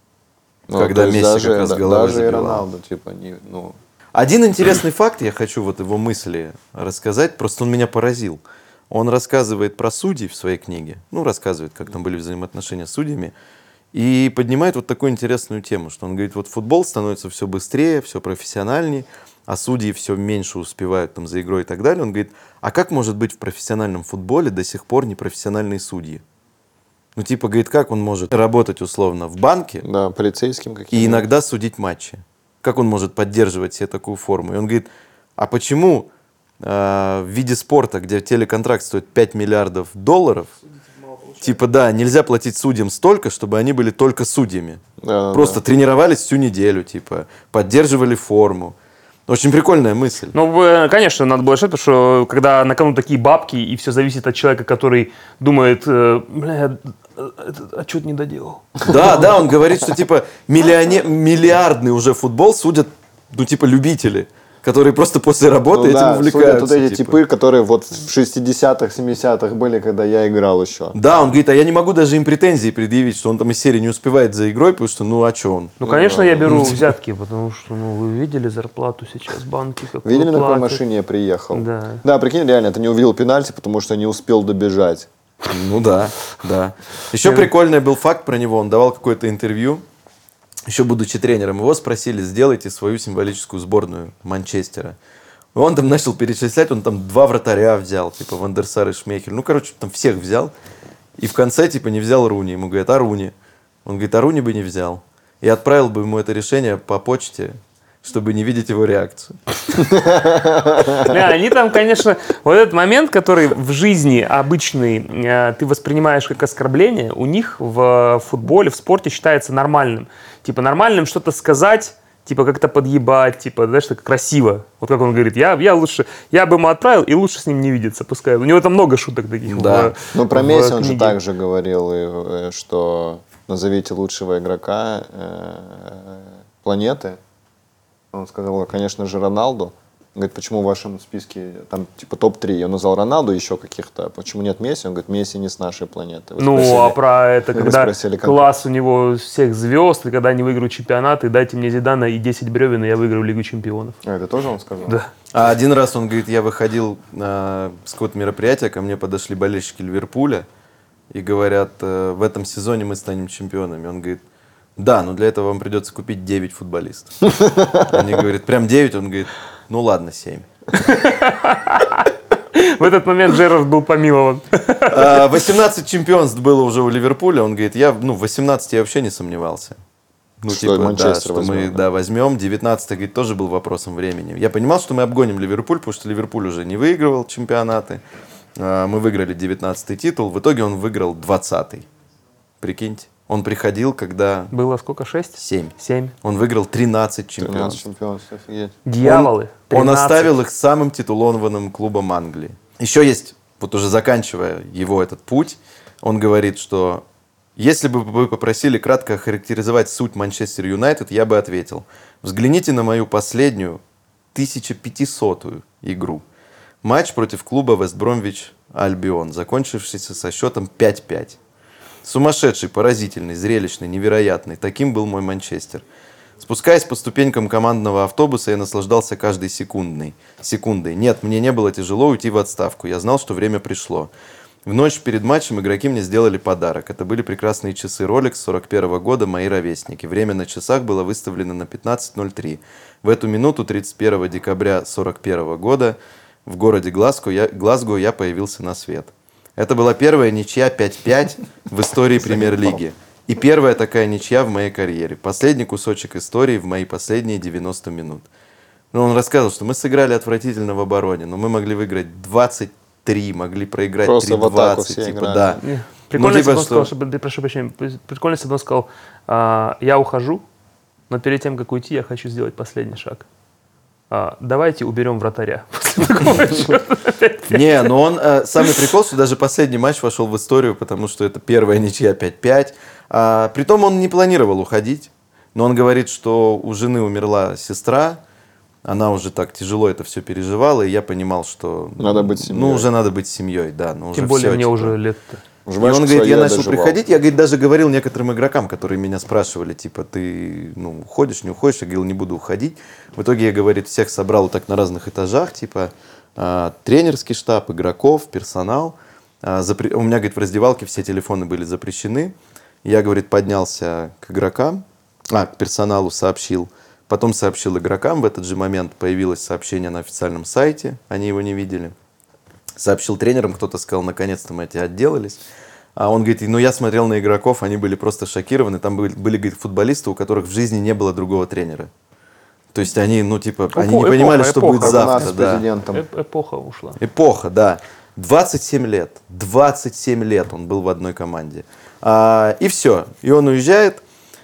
Ну, когда то есть Месси даже, как раз да- головой даже и забивал. Роналду, типа, не, ну... Один интересный факт, я хочу вот его мысли рассказать, просто он меня поразил. Он рассказывает про судей в своей книге, ну, рассказывает, как там были взаимоотношения с судьями, и поднимает вот такую интересную тему, что он говорит, вот футбол становится все быстрее, все профессиональнее, а судьи все меньше успевают там за игрой и так далее. Он говорит, а как может быть в профессиональном футболе до сих пор непрофессиональные судьи? Ну, типа, говорит, как он может работать условно в банке, Да, полицейским каким-то. и иногда судить матчи. Как он может поддерживать себе такую форму? И он говорит, а почему э, в виде спорта, где телеконтракт стоит пять миллиардов долларов, типа, да, нельзя платить судьям столько, чтобы они были только судьями. Да, Просто да. тренировались всю неделю, типа, поддерживали форму. Очень прикольная мысль. Ну, э, конечно, надо было решать, потому что когда на кону такие бабки, и все зависит от человека, который думает, э, бля, э, этот отчет не доделал. Да, да, он говорит, что типа миллионе- миллиардный уже футбол судят, ну, типа, любители, которые просто после работы Ну этим да, увлекаются. судят вот эти типа. типы, которые вот в шестидесятых, семидесятых были, когда я играл еще. Да, он говорит, а я не могу даже им претензии предъявить, что он там из серии не успевает за игрой, потому что, ну, а что он? Ну, конечно, я беру взятки, потому что, ну, вы видели зарплату сейчас банки, какую Видели, на какой платят? машине я приехал? Да. Да, прикинь, реально, ты не увидел пенальти, потому что не успел добежать. Ну да, да. Еще прикольный был факт про него, он давал какое-то интервью, еще будучи тренером, его спросили, сделайте свою символическую сборную Манчестера. И он там начал перечислять, он там два вратаря взял, типа Ван дер Сар и Шмейхель. Ну, короче, там всех взял. И в конце, типа, не взял Руни. Ему говорят, а Руни? Он говорит, а Руни бы не взял. И отправил бы ему это решение по почте, чтобы не видеть его реакцию. Да, они там, конечно, вот этот момент, который в жизни обычный э, ты воспринимаешь как оскорбление, у них в футболе, в спорте считается нормальным. Типа нормальным что-то сказать, типа как-то подъебать, типа, знаешь, так красиво. Вот как он говорит, я, я лучше, я бы ему отправил и лучше с ним не видеться, пускай. У него там много шуток таких. Да. в- Ну, про в Месси он же книге. также говорил, и, э, что назовите лучшего игрока э, планеты. Он сказал, конечно же, Роналду. Он говорит, почему в вашем списке там типа топ-три? Я назвал Роналду еще каких-то. Почему нет Месси? Он говорит, Месси не с нашей планеты. Вы Ну, спросили- а про это, вы когда спросили, как- класс у него всех звезд, и когда они выиграют чемпионаты, дайте мне Зидана и десять бревен, и я выиграю Лигу чемпионов. А, это тоже он сказал? Да. А один раз он говорит, я выходил на с какого-то мероприятия, ко мне подошли болельщики Ливерпуля и говорят, «Э, в этом сезоне мы станем чемпионами. Он говорит, да, но для этого вам придется купить девять футболистов. Они говорят, прям девять? Он говорит, ну ладно, семь. В этот момент Джерард был помилован. А, восемнадцать чемпионств было уже у Ливерпуля. Он говорит, я, ну, в восемнадцати я вообще не сомневался. Ну, Что да, Манчестер что возьмем, мы да. да, возьмем. девятнадцатый, говорит, тоже был вопросом времени. Я понимал, что мы обгоним Ливерпуль, потому что Ливерпуль уже не выигрывал чемпионаты. А, Мы выиграли девятнадцатый титул. В итоге он выиграл двадцатый. Прикиньте. Он приходил, когда Было сколько? Шесть? семь. Семь. Он выиграл тринадцать тринадцать чемпионств. чемпионств, офигеть. Дьяволы. Он, он тринадцать. оставил их самым титулованным клубом Англии. Еще есть, вот уже заканчивая его этот путь, он говорит, что если бы вы попросили кратко охарактеризовать суть Манчестер Юнайтед, я бы ответил. Взгляните на мою последнюю тысяча пятисотую игру. Матч против клуба Вест Бромвич Альбион, закончившийся со счетом пять пять. Сумасшедший, поразительный, зрелищный, невероятный. Таким был мой Манчестер. Спускаясь по ступенькам командного автобуса, я наслаждался каждой секундной. секундой. Нет, мне не было тяжело уйти в отставку. Я знал, что время пришло. В ночь перед матчем игроки мне сделали подарок. Это были прекрасные часы Rolex сорок первого года, мои ровесники. Время на часах было выставлено на пятнадцать ноль три. В эту минуту, тридцать первого декабря сорок первого года, в городе Глазго я, Глазго я появился на свет. Это была первая ничья пять пять в истории Премьер-лиги. И первая такая ничья в моей карьере. Последний кусочек истории в мои последние девяносто минут. Ну, он рассказывал, что мы сыграли отвратительно в обороне, но мы могли выиграть двадцать три, могли проиграть Просто в атаку три двадцать. все Типа, играли. да. Не. Прикольно, Ну, если типа, бы он что- сказал, чтобы, прошу прощения, прикольно, если бы он сказал, а, я ухожу, но перед тем, как уйти, я хочу сделать последний шаг. А, давайте уберем вратаря. После такого счета. Не, но он, э, самый прикол, что даже последний матч вошел в историю, потому что это первая ничья пять пять. А, притом он не планировал уходить, но он говорит, что у жены умерла сестра, она уже так тяжело это все переживала, и я понимал, что... Надо быть семьей. Ну, уже надо быть семьей, да. Ну, уже Тем более всё, мне типа. уже лет-то. Уже И башку он говорит, свою я начал доживал. приходить, я, говорит, даже говорил некоторым игрокам, которые меня спрашивали, типа, ты, ну, уходишь, не уходишь? Я говорил, не буду уходить. В итоге я, говорит, всех собрал вот так на разных этажах, типа, а, тренерский штаб, игроков, персонал. А, запре- У меня, говорит, в раздевалке все телефоны были запрещены. Я, говорит, поднялся к игрокам, а, к персоналу сообщил. Потом сообщил игрокам, в этот же момент появилось сообщение на официальном сайте, они его не видели. Сообщил тренерам, кто-то сказал, наконец-то мы эти отделались. А он говорит, ну я смотрел на игроков, они были просто шокированы. Там были, были говорит, футболисты, у которых в жизни не было другого тренера. То есть они, ну типа, они не Эпоха, понимали, что эпоха. будет Как у нас завтра. с Да. президентом. Эп- Эпоха ушла. Эпоха, да. двадцать семь лет. двадцать семь лет он был в одной команде. А, и все. И он уезжает.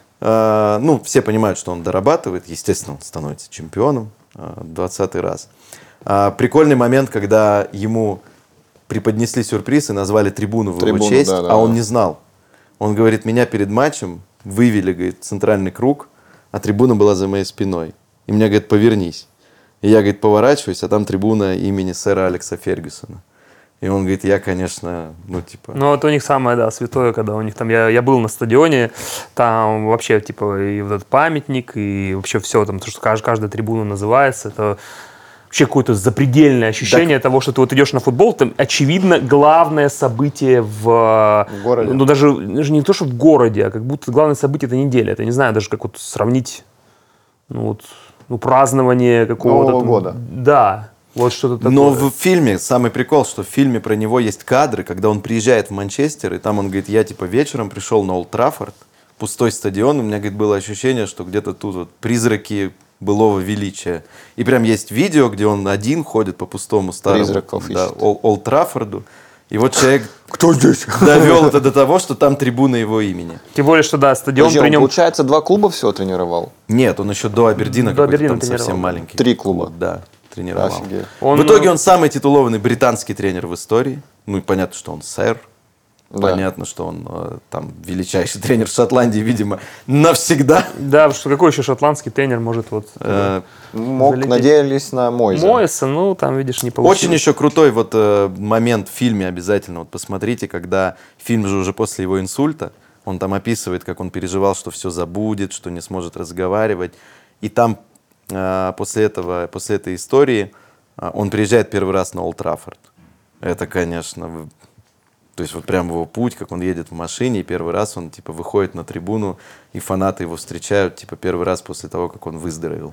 А, ну, все понимают, что он дорабатывает. Естественно, он становится чемпионом. а, двадцатый раз. А, прикольный момент, когда ему преподнесли сюрприз и назвали трибуну в Трибуну, его честь, да, да, а он да. не знал. Он говорит, меня перед матчем вывели, говорит, в центральный круг, а трибуна была за моей спиной. И мне, говорит, повернись. И я, говорит, поворачиваюсь, а там трибуна имени сэра Алекса Фергюсона. И он говорит, я, конечно, ну, типа... Ну, это у них самое, да, святое, когда у них там, я, я был на стадионе, там вообще, типа, и вот этот памятник, и вообще все, там, то, что каждая, каждая трибуна называется, это вообще какое-то запредельное ощущение того, что ты вот идешь на футбол, там, очевидно, главное событие в... В городе. Ну, даже, даже не то, что в городе, а как будто главное событие этой недели. Это, не знаю, даже как вот сравнить, ну, вот, ну, празднование какого-то... Нового там- года. Да, вот что-то такое. Но в фильме, самый прикол, что в фильме про него есть кадры, когда он приезжает в Манчестер, и там он говорит, я типа вечером пришел на Олд Траффорд, пустой стадион, у меня, говорит, было ощущение, что где-то тут вот призраки былого величия. И прям есть видео, где он один ходит по пустому старому Призраков да, ищет. Ол- Олд Траффорду. И вот человек Кто здесь? довел это до того, что там трибуна его имени. Тем более, что, да, стадион Подожди, при он, нем... получается, два клуба всего тренировал? Нет, он еще до Абердина До какой-то Абердина там совсем тренировал. маленький. Три клуба. Да, тренировал. Офигеть. Он, В итоге э, он самый титулованный британский тренер в истории. Ну и понятно, что он сэр. Да. Понятно, что он э, там величайший тренер Шотландии, видимо, навсегда. Да, что какой еще шотландский тренер может вот... Э, Мог, Залететь. надеялись на Мойзе. Моэса, ну, там, видишь, не получилось. Очень еще крутой вот э, момент в фильме обязательно. Вот посмотрите, когда фильм же уже после его инсульта, он там описывает, как он переживал, что все забудет, что не сможет разговаривать. И там э, после этого, после этой истории э, он приезжает первый раз на Олд Траффорд. Это, конечно, в- то есть вот прям его путь, как он едет в машине, и первый раз он типа выходит на трибуну, и фанаты его встречают, типа первый раз после того, как он выздоровел.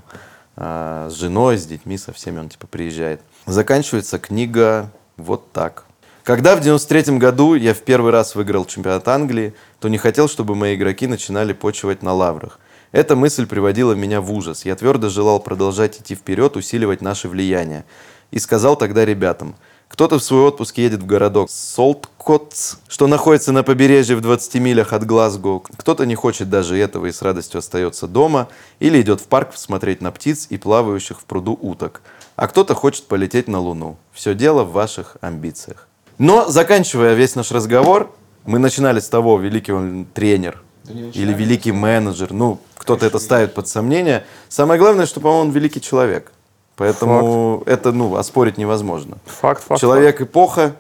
А, с женой, с детьми, со всеми он типа приезжает. Заканчивается книга вот так. Когда в девяносто третьем году я в первый раз выиграл чемпионат Англии, то не хотел, чтобы мои игроки начинали почивать на лаврах. Эта мысль приводила меня в ужас. Я твердо желал продолжать идти вперед, усиливать наше влияние. И сказал тогда ребятам: кто-то в свой отпуск едет в городок Солткотс, что находится на побережье в двадцати милях от Глазго. Кто-то не хочет даже этого и с радостью остается дома, или идет в парк смотреть на птиц и плавающих в пруду уток. А кто-то хочет полететь на Луну. Все дело в ваших амбициях. Но, заканчивая весь наш разговор, мы начинали с того, великий он тренер или великий менеджер. Ну, кто-то это ставит под сомнение. Самое главное, что, по-моему, он великий человек. Поэтому это, ну, оспорить невозможно. Факт, факт. Человек эпоха,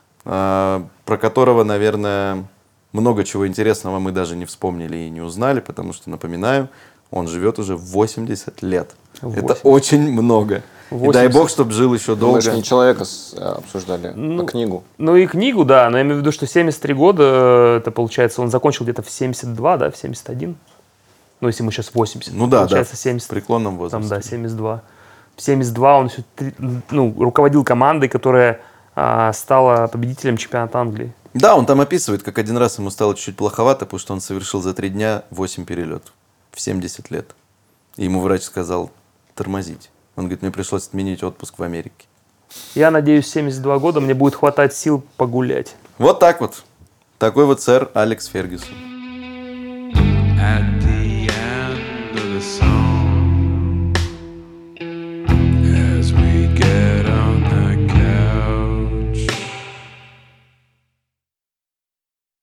а, про которого, наверное, много чего интересного мы даже не вспомнили и не узнали, потому что, напоминаю, он живет уже восемьдесят лет. Это восемьдесят. очень много. И дай восемьдесят. бог, чтобы жил еще долго. Мы же не человека с- а, обсуждали, Ну, а книгу. Ну и книгу, да, но я имею в виду, что семьдесят три года, это получается, он закончил где-то в семьдесят два, да, в семьдесят один. Ну, если ему сейчас восемьдесят, Ну да, да, получается в семьдесят, преклонном возрасте. там, да, семьдесят два. В семьдесят два он всё три- ну, руководил командой, которая а, стала победителем чемпионата Англии. Да, он там описывает, как один раз ему стало чуть-чуть плоховато, потому что он совершил за три дня восемь перелетов в семьдесят лет. И ему врач сказал тормозить. Он говорит, мне пришлось отменить отпуск в Америке. Я надеюсь, в семьдесят два года мне будет хватать сил погулять. Вот так вот. Такой вот сэр Алекс Фергюсон. At